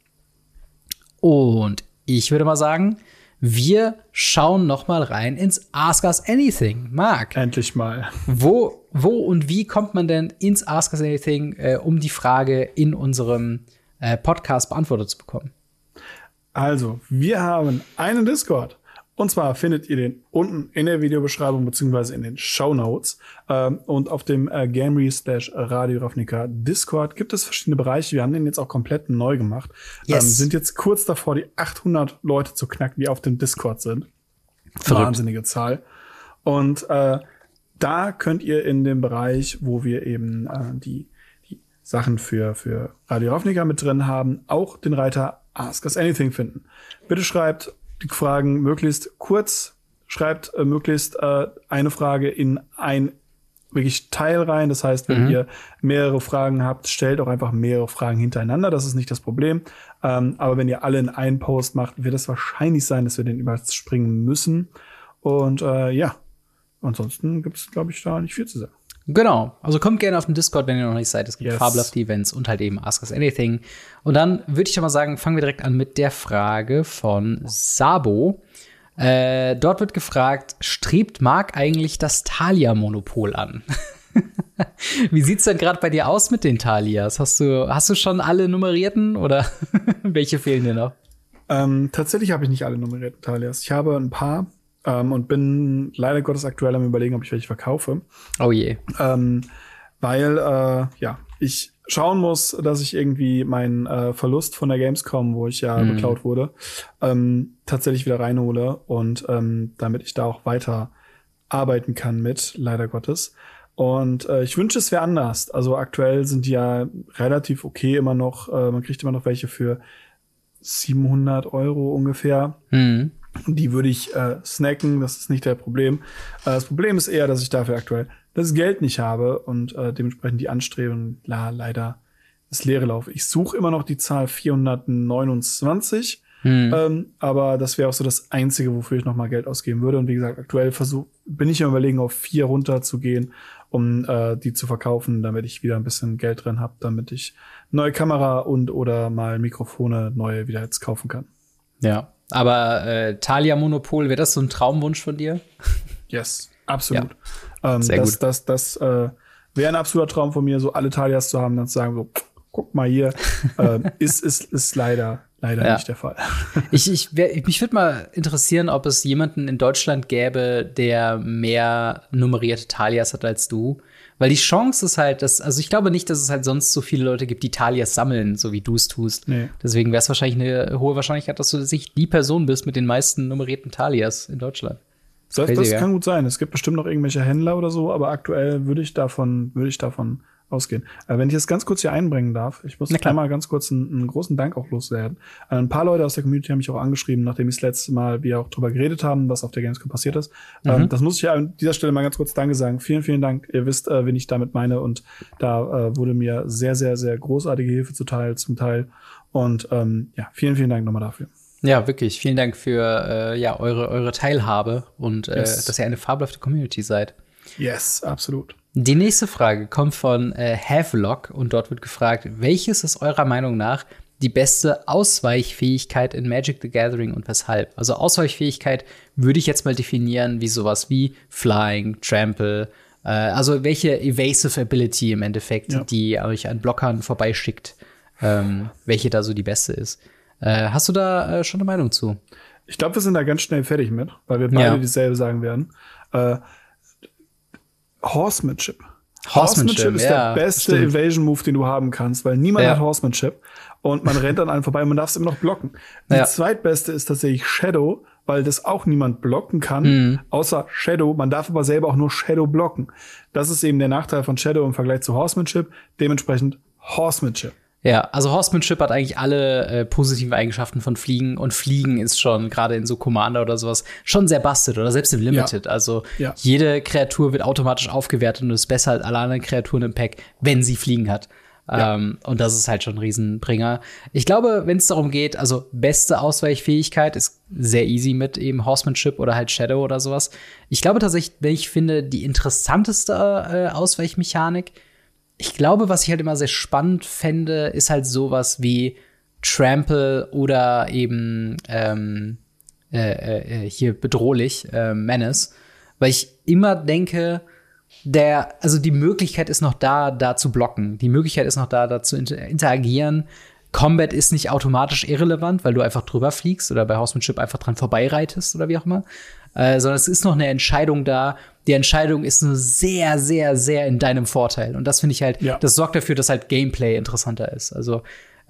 Und ich würde mal sagen, wir schauen noch mal rein ins Ask Us Anything. Marc. Endlich mal. Wo, wo und wie kommt man denn ins Ask Us Anything, äh, um die Frage in unserem äh, Podcast beantwortet zu bekommen? Also, wir haben einen Discord. Und zwar findet ihr den unten in der Videobeschreibung beziehungsweise in den Shownotes. Ähm, und auf dem äh, Gamery slash Radio Ravnica Discord gibt es verschiedene Bereiche. Wir haben den jetzt auch komplett neu gemacht. Yes. Ähm, sind jetzt kurz davor, die achthundert Leute zu knacken, die auf dem Discord sind. Verrückt. Wahnsinnige Zahl. Und äh, da könnt ihr in dem Bereich, wo wir eben äh, die, die Sachen für, für Radio Ravnica mit drin haben, auch den Reiter Ask Us Anything finden. Bitte schreibt die Fragen möglichst kurz, schreibt äh, möglichst äh, eine Frage in ein wirklich Teil rein. Das heißt, wenn mhm. ihr mehrere Fragen habt, stellt auch einfach mehrere Fragen hintereinander. Das ist nicht das Problem. Ähm, aber wenn ihr alle in einen Post macht, wird es wahrscheinlich sein, dass wir den überspringen müssen. Und äh, ja, ansonsten gibt es, glaube ich, da nicht viel zu sagen. Genau. Also kommt gerne auf den Discord, wenn ihr noch nicht seid. Es gibt yes. fabelhafte Events und halt eben Ask Us Anything. Und dann würde ich doch mal sagen, fangen wir direkt an mit der Frage von Sabo. Äh, dort wird gefragt, strebt Marc eigentlich das Thalia-Monopol an? Wie sieht's denn gerade bei dir aus mit den Thalias? Hast du, hast du schon alle nummerierten oder welche fehlen dir noch? Ähm, tatsächlich habe ich nicht alle nummerierten Thalias. Ich habe ein paar ähm, und bin leider Gottes aktuell am Überlegen, ob ich welche verkaufe. Oh je. Ähm, weil, äh, ja, ich schauen muss, dass ich irgendwie meinen äh, Verlust von der Gamescom, wo ich ja mhm. beklaut wurde, ähm, tatsächlich wieder reinhole und ähm, damit ich da auch weiter arbeiten kann mit, leider Gottes. Und äh, ich wünsche, es wäre anders. Also aktuell sind die ja relativ okay immer noch. Äh, man kriegt immer noch welche für siebenhundert Euro ungefähr. Mhm. Die würde ich äh, snacken, das ist nicht der Problem. Äh, das Problem ist eher, dass ich dafür aktuell das Geld nicht habe und äh, dementsprechend die Anstrengungen la, leider das leere laufe. Ich suche immer noch die Zahl vierhundertneunundzwanzig, hm. ähm, aber das wäre auch so das Einzige, wofür ich noch mal Geld ausgeben würde. Und wie gesagt, aktuell versuch, bin ich am Überlegen, auf vier runter zu gehen, um äh, die zu verkaufen, damit ich wieder ein bisschen Geld drin habe, damit ich neue Kamera und oder mal Mikrofone neue wieder jetzt kaufen kann. Ja, aber äh, Thalia-Monopol, wäre das so ein Traumwunsch von dir? Yes, absolut. Ja. Ähm, Sehr das gut. das, das äh, wäre ein absoluter Traum von mir, so alle Thalias zu haben, dann zu sagen, so, guck mal hier, äh, ist, ist, ist leider, leider ja. nicht der Fall. ich, ich, wär, mich würde mal interessieren, ob es jemanden in Deutschland gäbe, der mehr nummerierte Thalias hat als du. Weil die Chance ist halt, dass, also ich glaube nicht, dass es halt sonst so viele Leute gibt, die Thalias sammeln, so wie du es tust. Nee. Deswegen wäre es wahrscheinlich eine hohe Wahrscheinlichkeit, dass du tatsächlich die Person bist mit den meisten nummerierten Thalias in Deutschland. Das, das, das kann gut sein. Es gibt bestimmt noch irgendwelche Händler oder so, aber aktuell würde ich davon, würde ich davon ausgehen. Aber wenn ich das ganz kurz hier einbringen darf, ich muss einmal ganz kurz einen, einen großen Dank auch loswerden. Ein paar Leute aus der Community haben mich auch angeschrieben, nachdem ich das letzte Mal, wir auch drüber geredet haben, was auf der Gamescom passiert ist. Mhm. Ähm, das muss ich ja an dieser Stelle mal ganz kurz Danke sagen. Vielen, vielen Dank. Ihr wisst, äh, wen ich damit meine. Und da äh, wurde mir sehr, sehr, sehr großartige Hilfe zuteil, zum Teil. Und ähm, ja, vielen, vielen Dank nochmal dafür. Ja, wirklich. Vielen Dank für äh, ja eure eure Teilhabe und äh, yes. dass ihr eine fabelhafte Community seid. Yes, absolut. Die nächste Frage kommt von äh, Havelock und dort wird gefragt, welches ist eurer Meinung nach die beste Ausweichfähigkeit in Magic the Gathering und weshalb? Also Ausweichfähigkeit würde ich jetzt mal definieren wie sowas wie Flying, Trample, äh, also welche Evasive Ability im Endeffekt, ja. die euch an Blockern vorbeischickt, ähm, welche da so die beste ist. Äh, hast du da äh, schon eine Meinung zu? Ich glaube, wir sind da ganz schnell fertig mit, weil wir beide ja. dieselbe sagen werden. Äh, Horsemanship. Horsemanship ist ja, der beste stimmt. Evasion-Move, den du haben kannst, weil niemand ja. hat Horsemanship und man rennt an einem vorbei und man darf es immer noch blocken. Die ja. zweitbeste ist tatsächlich Shadow, weil das auch niemand blocken kann, mhm. außer Shadow. Man darf aber selber auch nur Shadow blocken. Das ist eben der Nachteil von Shadow im Vergleich zu Horsemanship. Dementsprechend Horsemanship. Ja, also Horsemanship hat eigentlich alle äh, positiven Eigenschaften von Fliegen und Fliegen ist schon gerade in so Commander oder sowas schon sehr busted oder selbst im Limited. Ja. Also ja. jede Kreatur wird automatisch aufgewertet und ist besser als alle anderen Kreaturen im Pack, wenn sie Fliegen hat. Ja. Ähm, und das ist halt schon ein Riesenbringer. Ich glaube, wenn es darum geht, also beste Ausweichfähigkeit ist sehr easy mit eben Horsemanship oder halt Shadow oder sowas. Ich glaube tatsächlich, wenn ich finde, die interessanteste äh, Ausweichmechanik, ich glaube, was ich halt immer sehr spannend fände, ist halt sowas wie Trample oder eben ähm, äh, äh, hier bedrohlich, äh, Menace. Weil ich immer denke, der, also die Möglichkeit ist noch da, da zu blocken. Die Möglichkeit ist noch da, da zu inter- interagieren. Combat ist nicht automatisch irrelevant, weil du einfach drüber fliegst oder bei Horsemanship einfach dran vorbeireitest oder wie auch immer. Äh, sondern es ist noch eine Entscheidung da. Die Entscheidung ist nur sehr, sehr, sehr in deinem Vorteil. Und das finde ich halt, ja. das sorgt dafür, dass halt Gameplay interessanter ist. Also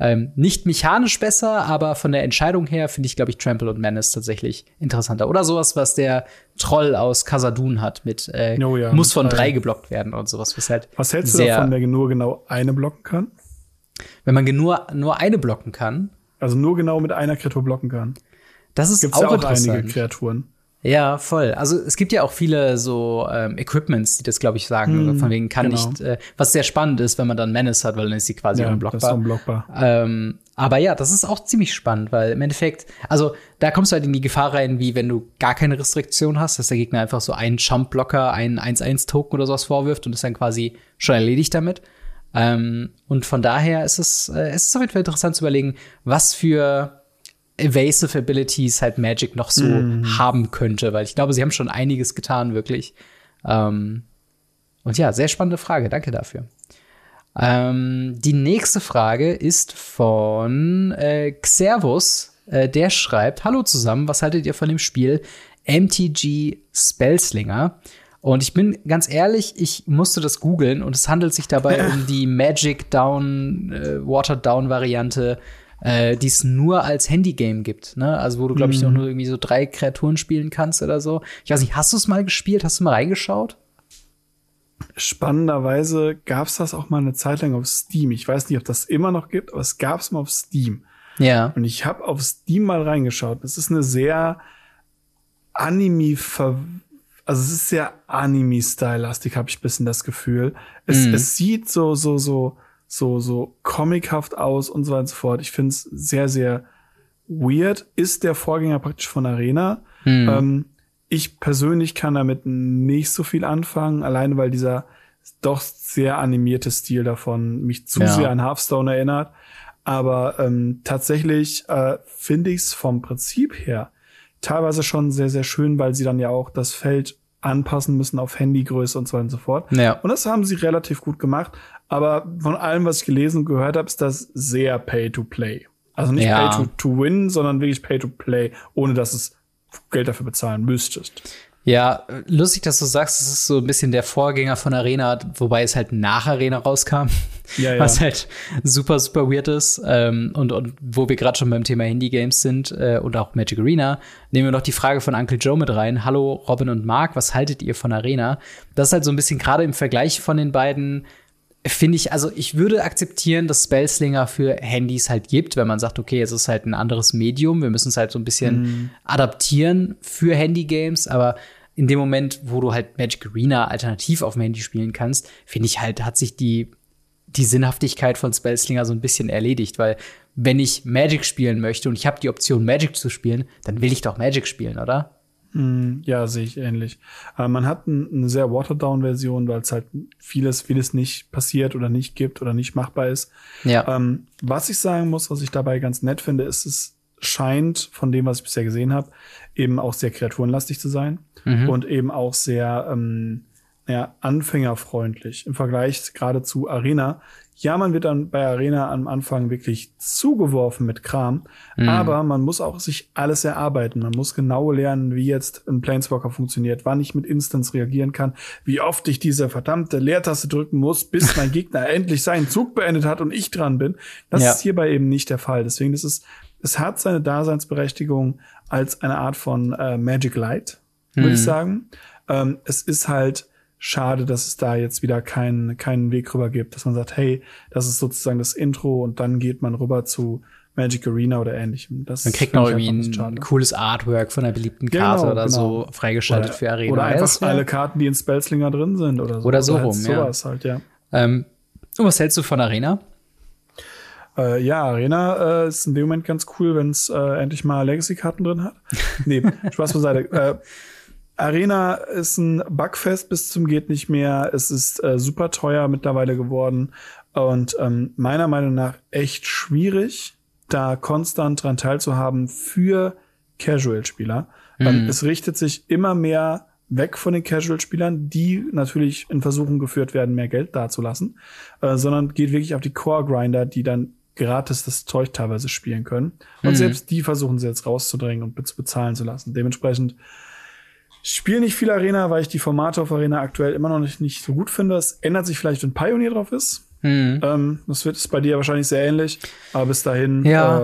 Ähm, nicht mechanisch besser, aber von der Entscheidung her finde ich, glaube ich, Trample und Menace tatsächlich interessanter. Oder sowas, was der Troll aus Khazad-dûm hat mit äh, oh ja, muss von mit drei geblockt werden und sowas. Was, halt was hältst du sehr, davon, der nur genau eine blocken kann? Wenn man nur, nur eine blocken kann. Also nur genau mit einer Kreatur blocken kann. Das ist Gibt's auch, ja auch interessant. einige Kreaturen. Ja, voll. Also es gibt ja auch viele so ähm, Equipments, die das, glaube ich, sagen. Hm, von wegen kann genau. nicht, äh, was sehr spannend ist, wenn man dann Menace hat, weil dann ist sie quasi ja, unblockbar. Das ist unblockbar. Ähm, aber ja, das ist auch ziemlich spannend, weil im Endeffekt, also da kommst du halt in die Gefahr rein, wie wenn du gar keine Restriktion hast, dass der Gegner einfach so einen Jump-Blocker, einen eins eins Token oder sowas vorwirft und ist dann quasi schon erledigt damit. Ähm, und von daher ist es, äh, es ist auf jeden Fall interessant zu überlegen, was für Evasive Abilities halt Magic noch so mm. haben könnte, weil ich glaube, sie haben schon einiges getan, wirklich. Ähm, und ja, sehr spannende Frage, danke dafür. Ähm, die nächste Frage ist von äh, Xervus, äh, der schreibt: Hallo zusammen, was haltet ihr von dem Spiel M T G Spellslinger? Und ich bin ganz ehrlich, ich musste das googeln und es handelt sich dabei um die Magic Down, äh, Watered Down Variante, äh, die es nur als Handygame gibt, ne? Also wo du, glaube ich, noch nur irgendwie so drei Kreaturen spielen kannst oder so. Ich weiß nicht, hast du es mal gespielt? Hast du mal reingeschaut? Spannenderweise gab's das auch mal eine Zeit lang auf Steam. Ich weiß nicht, ob das immer noch gibt, aber es gab's mal auf Steam. Ja. Und ich habe auf Steam mal reingeschaut. Es ist eine sehr Anime ver Also es ist sehr Anime-Style-lastig, habe ich ein bisschen das Gefühl. Es, mm. es sieht so, so, so so so comichaft aus und so weiter und so fort. Ich finde es sehr, sehr weird. Ist der Vorgänger praktisch von Arena. Hm. Ähm, ich persönlich kann damit nicht so viel anfangen, alleine weil dieser doch sehr animierte Stil davon mich zu ja. sehr an Hearthstone erinnert. Aber ähm, tatsächlich äh, finde ich es vom Prinzip her teilweise schon sehr, sehr schön, weil sie dann ja auch das Feld anpassen müssen auf Handygröße und so weiter und so fort. Ja. Und das haben sie relativ gut gemacht. Aber von allem, was ich gelesen und gehört habe, ist das sehr Pay-to-Play. Also nicht ja. Pay-to-Win, sondern wirklich Pay-to-Play, ohne dass es Geld dafür bezahlen müsstest. Ja, lustig, dass du sagst, es ist so ein bisschen der Vorgänger von Arena, wobei es halt nach Arena rauskam, ja, ja. was halt super, super weird ist. Ähm, und, und wo wir gerade schon beim Thema Indie-Games sind äh, und auch Magic Arena, nehmen wir noch die Frage von Uncle Joe mit rein. Hallo Robin und Marc, was haltet ihr von Arena? Das ist halt so ein bisschen gerade im Vergleich von den beiden, finde ich, also ich würde akzeptieren, dass Spellslinger für Handys halt gibt, wenn man sagt, okay, es ist halt ein anderes Medium, wir müssen es halt so ein bisschen mm. adaptieren für Handy-Games, aber in dem Moment, wo du halt Magic Arena alternativ auf dem Handy spielen kannst, finde ich halt, hat sich die, die Sinnhaftigkeit von Spellslinger so ein bisschen erledigt, weil wenn ich Magic spielen möchte und ich habe die Option, Magic zu spielen, dann will ich doch Magic spielen, oder? Ja, sehe ich ähnlich. Aber man hat eine sehr Watered-Down-Version, weil es halt vieles, vieles nicht passiert oder nicht gibt oder nicht machbar ist. Ja. Ähm, was ich sagen muss, was ich dabei ganz nett finde, ist, es scheint von dem, was ich bisher gesehen habe, eben auch sehr kreaturenlastig zu sein mhm. und eben auch sehr ähm, ja, anfängerfreundlich im Vergleich gerade zu Arena. Ja, man wird dann bei Arena am Anfang wirklich zugeworfen mit Kram, mhm. aber man muss auch sich alles erarbeiten. Man muss genau lernen, wie jetzt ein Planeswalker funktioniert, wann ich mit Instance reagieren kann, wie oft ich diese verdammte Leertaste drücken muss, bis mein Gegner endlich seinen Zug beendet hat und ich dran bin. Das ja. ist hierbei eben nicht der Fall. Deswegen ist es, es hat seine Daseinsberechtigung als eine Art von äh, Magic Light, würde mhm. ich sagen. Ähm, es ist halt schade, dass es da jetzt wieder keinen keinen Weg rüber gibt, dass man sagt, hey, das ist sozusagen das Intro und dann geht man rüber zu Magic Arena oder ähnlichem. Das man kriegt noch irgendwie ein, ein cooles Artwork von einer beliebten Karte genau, oder genau. so freigeschaltet oder, für Arena. Oder einfach alle Karten, die in Spellslinger drin sind oder so. Oder so oder rum, halt ja. Sowas halt, ja. Ähm, und was hältst du von Arena? Äh, ja, Arena äh, ist in dem Moment ganz cool, wenn es äh, endlich mal Legacy-Karten drin hat. Nee, Spaß beiseite. äh, Arena ist ein Bugfest bis zum geht nicht mehr. Es ist äh, super teuer mittlerweile geworden und ähm, meiner Meinung nach echt schwierig, da konstant dran teilzuhaben für Casual-Spieler. Mhm. Ähm, es richtet sich immer mehr weg von den Casual-Spielern, die natürlich in Versuchung geführt werden, mehr Geld dazulassen, äh, sondern geht wirklich auf die Core-Grinder, die dann gratis das Zeug teilweise spielen können. Und mhm. selbst die versuchen sie jetzt rauszudrängen und zu bezahlen zu lassen. Dementsprechend ich spiele nicht viel Arena, weil ich die Formate auf Arena aktuell immer noch nicht, nicht so gut finde. Es ändert sich vielleicht, wenn Pioneer drauf ist. Mhm. Ähm, das wird ist bei dir wahrscheinlich sehr ähnlich, aber bis dahin. Ja, äh,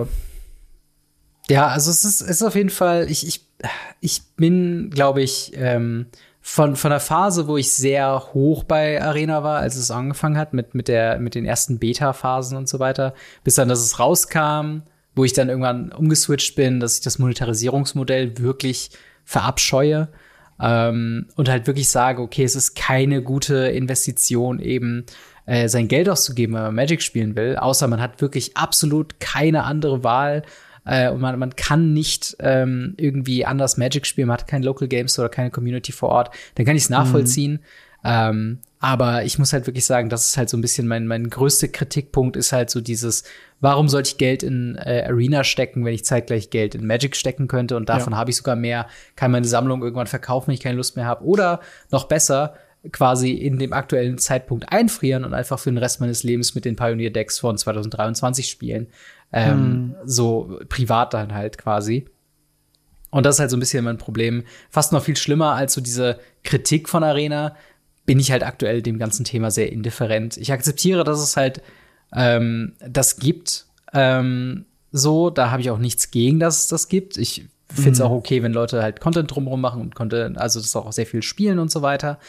ja also es ist, es ist auf jeden Fall, ich, ich, ich bin, glaube ich, ähm, von, von der Phase, wo ich sehr hoch bei Arena war, als es angefangen hat, mit, mit, der, mit den ersten Beta-Phasen und so weiter, bis dann, dass es rauskam, wo ich dann irgendwann umgeswitcht bin, dass ich das Monetarisierungsmodell wirklich verabscheue. Ähm, und halt wirklich sage, okay, es ist keine gute Investition, eben äh, sein Geld auszugeben, wenn man Magic spielen will, außer man hat wirklich absolut keine andere Wahl äh, und man, man kann nicht ähm, irgendwie anders Magic spielen, man hat kein Local Games oder keine Community vor Ort, dann kann ich es nachvollziehen. Mhm. Ähm, aber ich muss halt wirklich sagen, das ist halt so ein bisschen mein, mein größter Kritikpunkt ist halt so dieses, warum sollte ich Geld in äh, Arena stecken, wenn ich zeitgleich Geld in Magic stecken könnte und davon ja. habe ich sogar mehr, kann meine Sammlung irgendwann verkaufen, wenn ich keine Lust mehr habe. Oder noch besser, quasi in dem aktuellen Zeitpunkt einfrieren und einfach für den Rest meines Lebens mit den Pioneer-Decks von zwanzig dreiundzwanzig spielen. Ähm, hm. So privat dann halt quasi. Und das ist halt so ein bisschen mein Problem. Fast noch viel schlimmer als so diese Kritik von Arena, bin ich halt aktuell dem ganzen Thema sehr indifferent. Ich akzeptiere, dass es halt ähm, das gibt. Ähm, so, da habe ich auch nichts gegen, dass es das gibt. Ich finde es mhm. auch okay, wenn Leute halt Content drumherum machen und Content, also das auch sehr viel spielen und so weiter.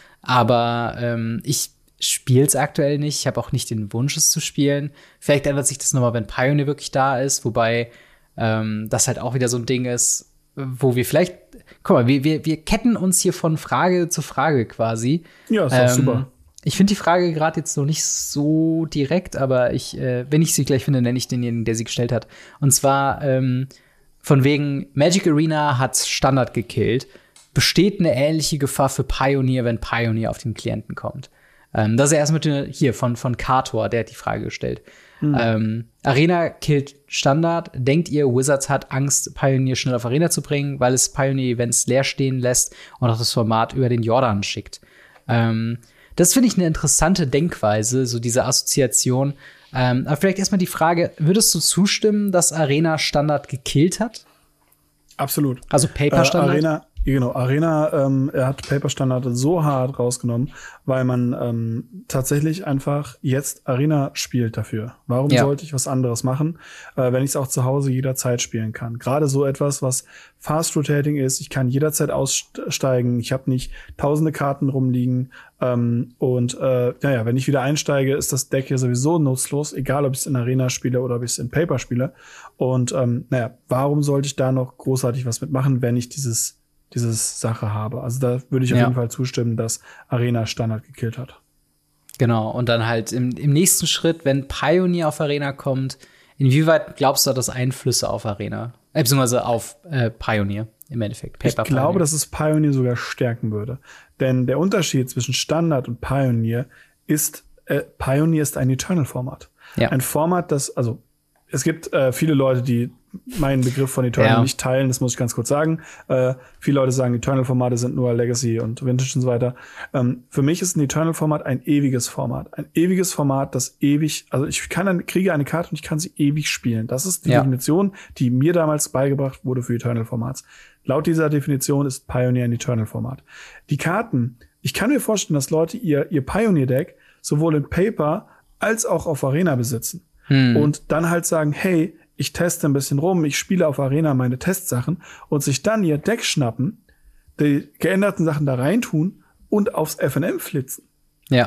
Aber ähm, ich spiele es aktuell nicht. Ich habe auch nicht den Wunsch, es zu spielen. Vielleicht ändert sich das nochmal, wenn Pioneer wirklich da ist, wobei ähm, das halt auch wieder so ein Ding ist, wo wir vielleicht, guck mal, wir, wir, wir ketten uns hier von Frage zu Frage quasi. Ja, ist auch ähm, super. Ich finde die Frage gerade jetzt noch nicht so direkt, aber ich, äh, wenn ich sie gleich finde, nenne ich denjenigen, der sie gestellt hat. Und zwar ähm, von wegen Magic Arena hat Standard gekillt. Besteht eine ähnliche Gefahr für Pioneer, wenn Pioneer auf den Klienten kommt? Ähm, das ist erst mit hier von, von Kator, der hat die Frage gestellt. Mhm. Ähm, Arena killt Standard. Denkt ihr, Wizards hat Angst, Pioneer schnell auf Arena zu bringen, weil es Pioneer-Events leer stehen lässt und auch das Format über den Jordan schickt? Ähm, das finde ich eine interessante Denkweise, so diese Assoziation. Ähm, aber vielleicht erstmal die Frage, würdest du zustimmen, dass Arena Standard gekillt hat? Absolut. Also Paper-Standard? Äh, Arena Genau, Arena, ähm, er hat Paper-Standard so hart rausgenommen, weil man ähm, tatsächlich einfach jetzt Arena spielt dafür. Warum ja. sollte ich was anderes machen, äh, wenn ich es auch zu Hause jederzeit spielen kann? Gerade so etwas, was Fast-Rotating ist, ich kann jederzeit aussteigen, ich habe nicht tausende Karten rumliegen ähm, und äh, naja, wenn ich wieder einsteige, ist das Deck ja sowieso nutzlos, egal ob ich es in Arena spiele oder ob ich es in Paper spiele. Und ähm, naja, warum sollte ich da noch großartig was mitmachen, wenn ich dieses dieses Sache habe. Also da würde ich auf ja. jeden Fall zustimmen, dass Arena Standard gekillt hat. Genau, und dann halt im, im nächsten Schritt, wenn Pioneer auf Arena kommt, inwieweit glaubst du, hat das Einflüsse auf Arena? Äh, beziehungsweise auf äh, Pioneer im Endeffekt. Paper ich glaube, Pioneer. Dass es Pioneer sogar stärken würde. Denn der Unterschied zwischen Standard und Pioneer ist, äh, Pioneer ist ein Eternal-Format. Ja. Ein Format, das, also es gibt äh, viele Leute, die meinen Begriff von Eternal ja. nicht teilen, das muss ich ganz kurz sagen. Äh, viele Leute sagen, Eternal-Formate sind nur Legacy und Vintage und so weiter. Ähm, für mich ist ein Eternal-Format ein ewiges Format. Ein ewiges Format, das ewig, also ich kann eine, kriege eine Karte und ich kann sie ewig spielen. Das ist die ja. Definition, die mir damals beigebracht wurde für Eternal-Formats. Laut dieser Definition ist Pioneer ein Eternal-Format. Die Karten, ich kann mir vorstellen, dass Leute ihr, ihr Pioneer-Deck sowohl in Paper als auch auf Arena besitzen. Hm. Und dann halt sagen, hey, ich teste ein bisschen rum, ich spiele auf Arena meine Testsachen und sich dann ihr Deck schnappen, die geänderten Sachen da reintun und aufs F N M flitzen. Ja.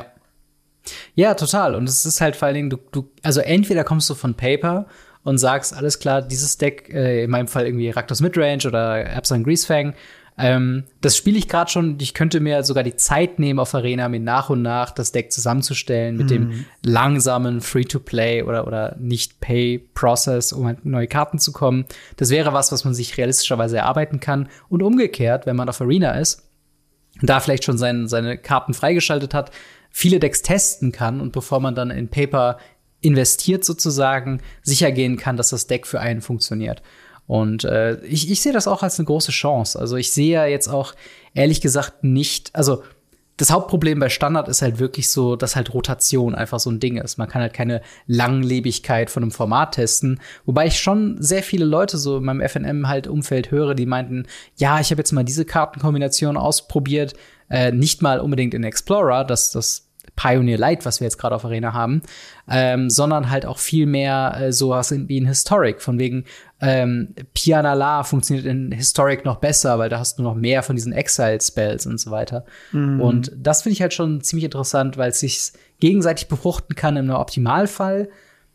Ja, total. Und es ist halt vor allen Dingen, du, du, also entweder kommst du von Paper und sagst, alles klar, dieses Deck, äh, in meinem Fall irgendwie Rakdos Midrange oder Absalom Greasefang, Ähm, das spiele ich gerade schon. Ich könnte mir sogar die Zeit nehmen, auf Arena mir nach und nach das Deck zusammenzustellen mit mhm. dem langsamen Free-to-Play oder, oder Nicht-Pay-Process, um halt neue Karten zu kommen. Das wäre was, was man sich realistischerweise erarbeiten kann. Und umgekehrt, wenn man auf Arena ist, da vielleicht schon sein, seine Karten freigeschaltet hat, viele Decks testen kann und bevor man dann in Paper investiert sozusagen, sicher gehen kann, dass das Deck für einen funktioniert. Und äh, ich, ich sehe das auch als eine große Chance. Also ich sehe ja jetzt auch ehrlich gesagt nicht, also das Hauptproblem bei Standard ist halt wirklich so, dass halt Rotation einfach so ein Ding ist. Man kann halt keine Langlebigkeit von einem Format testen. Wobei ich schon sehr viele Leute so in meinem F N M halt Umfeld höre, die meinten, ja, ich habe jetzt mal diese Kartenkombination ausprobiert, äh, nicht mal unbedingt in Explorer, das, das Pioneer Light, was wir jetzt gerade auf Arena haben, ähm, sondern halt auch viel mehr äh, sowas in, wie in Historic, von wegen ähm, Pianala funktioniert in Historic noch besser, weil da hast du noch mehr von diesen Exile-Spells und so weiter. Mhm. Und das finde ich halt schon ziemlich interessant, weil es sich gegenseitig befruchten kann im Optimalfall.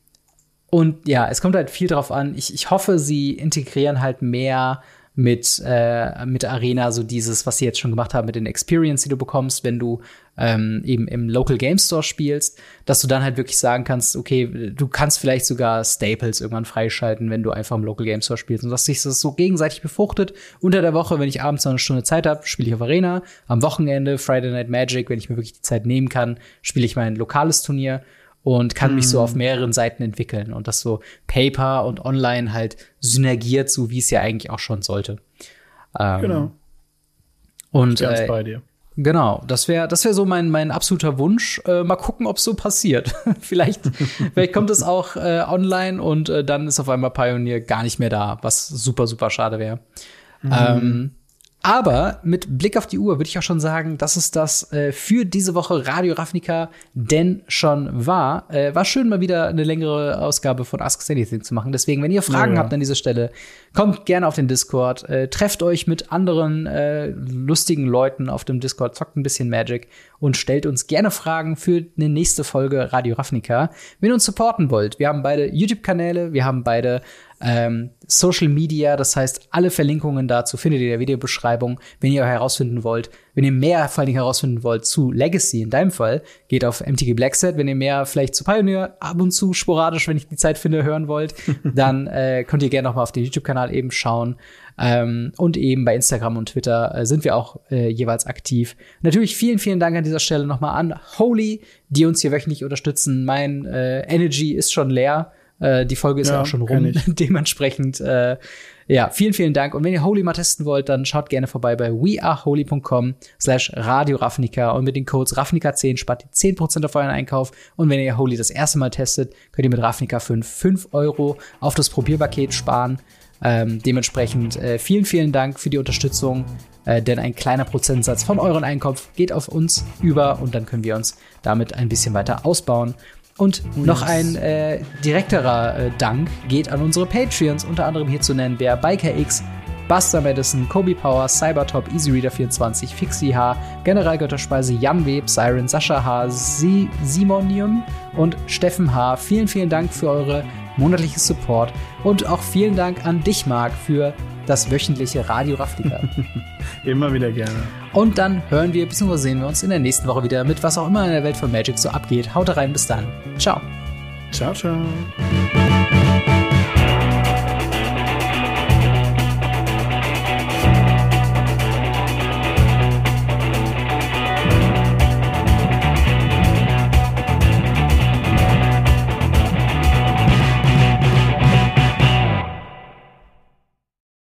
Und ja, es kommt halt viel drauf an. Ich, ich hoffe, sie integrieren halt mehr mit, äh, mit Arena, so dieses, was sie jetzt schon gemacht haben mit den Experience, die du bekommst, wenn du ähm, eben im Local Game Store spielst, dass du dann halt wirklich sagen kannst, okay, du kannst vielleicht sogar Staples irgendwann freischalten, wenn du einfach im Local Game Store spielst und dass sich das so gegenseitig befruchtet. Unter der Woche, wenn ich abends noch eine Stunde Zeit habe, spiele ich auf Arena. Am Wochenende, Friday Night Magic, wenn ich mir wirklich die Zeit nehmen kann, spiele ich mein lokales Turnier und kann mich so auf mehreren Seiten entwickeln und das so Paper und Online halt synergiert, so wie es ja eigentlich auch schon sollte. Ähm, genau. Und ganz äh, bei dir. Genau, das wäre das wäre so mein mein absoluter Wunsch. Äh, mal gucken, ob es so passiert. vielleicht vielleicht kommt es auch äh, online und äh, dann ist auf einmal Pioneer gar nicht mehr da, was super super schade wäre. Mhm. Ähm, Aber mit Blick auf die Uhr würde ich auch schon sagen, dass es das äh, für diese Woche Radio Ravnica denn schon war. Äh, war schön, mal wieder eine längere Ausgabe von Ask Us Anything zu machen. Deswegen, wenn ihr Fragen ja, ja. habt an dieser Stelle, kommt gerne auf den Discord. Äh, trefft euch mit anderen äh, lustigen Leuten auf dem Discord, zockt ein bisschen Magic und stellt uns gerne Fragen für eine nächste Folge Radio Ravnica. Wenn ihr uns supporten wollt, wir haben beide YouTube-Kanäle, wir haben beide Ähm, Social Media, das heißt, alle Verlinkungen dazu findet ihr in der Videobeschreibung. Wenn ihr herausfinden wollt, wenn ihr mehr vor allen Dingen herausfinden wollt zu Legacy, in deinem Fall, geht auf M T G Blackset. Wenn ihr mehr vielleicht zu Pioneer ab und zu sporadisch, wenn ich die Zeit finde, hören wollt, dann äh, könnt ihr gerne noch mal auf den YouTube-Kanal eben schauen. Ähm, und eben bei Instagram und Twitter äh, sind wir auch äh, jeweils aktiv. Natürlich vielen, vielen Dank an dieser Stelle noch mal an Holy, die uns hier wöchentlich unterstützen. Mein äh, Energy ist schon leer. Äh, die Folge ist ja, ja auch schon rum. Dementsprechend, äh, ja, vielen, vielen Dank. Und wenn ihr Holy mal testen wollt, dann schaut gerne vorbei bei weareholy.com slash Radio Ravnica und mit den Codes Ravnica zehn spart ihr zehn Prozent auf euren Einkauf. Und wenn ihr Holy das erste Mal testet, könnt ihr mit Ravnica fünf fünf Euro auf das Probierpaket sparen. Ähm, dementsprechend äh, vielen, vielen Dank für die Unterstützung, äh, denn ein kleiner Prozentsatz von euren Einkauf geht auf uns über und dann können wir uns damit ein bisschen weiter ausbauen. Und yes. noch ein äh, direkterer äh, Dank geht an unsere Patreons, unter anderem hier zu nennen der BikerX, Buster Madison, Kobe Power, Cybertop, EasyReader vierundzwanzig, Fixie H, Generalgötterspeise, Jan Web, Siren, Sascha H, si- Simonium und Steffen H. Vielen, vielen Dank für eure monatliche Support und auch vielen Dank an dich, Marc, für das wöchentliche Radio Ravnica. Immer wieder gerne. Und dann hören wir bzw. sehen wir uns in der nächsten Woche wieder mit was auch immer in der Welt von Magic so abgeht. Haut rein, bis dann. Ciao. Ciao, ciao.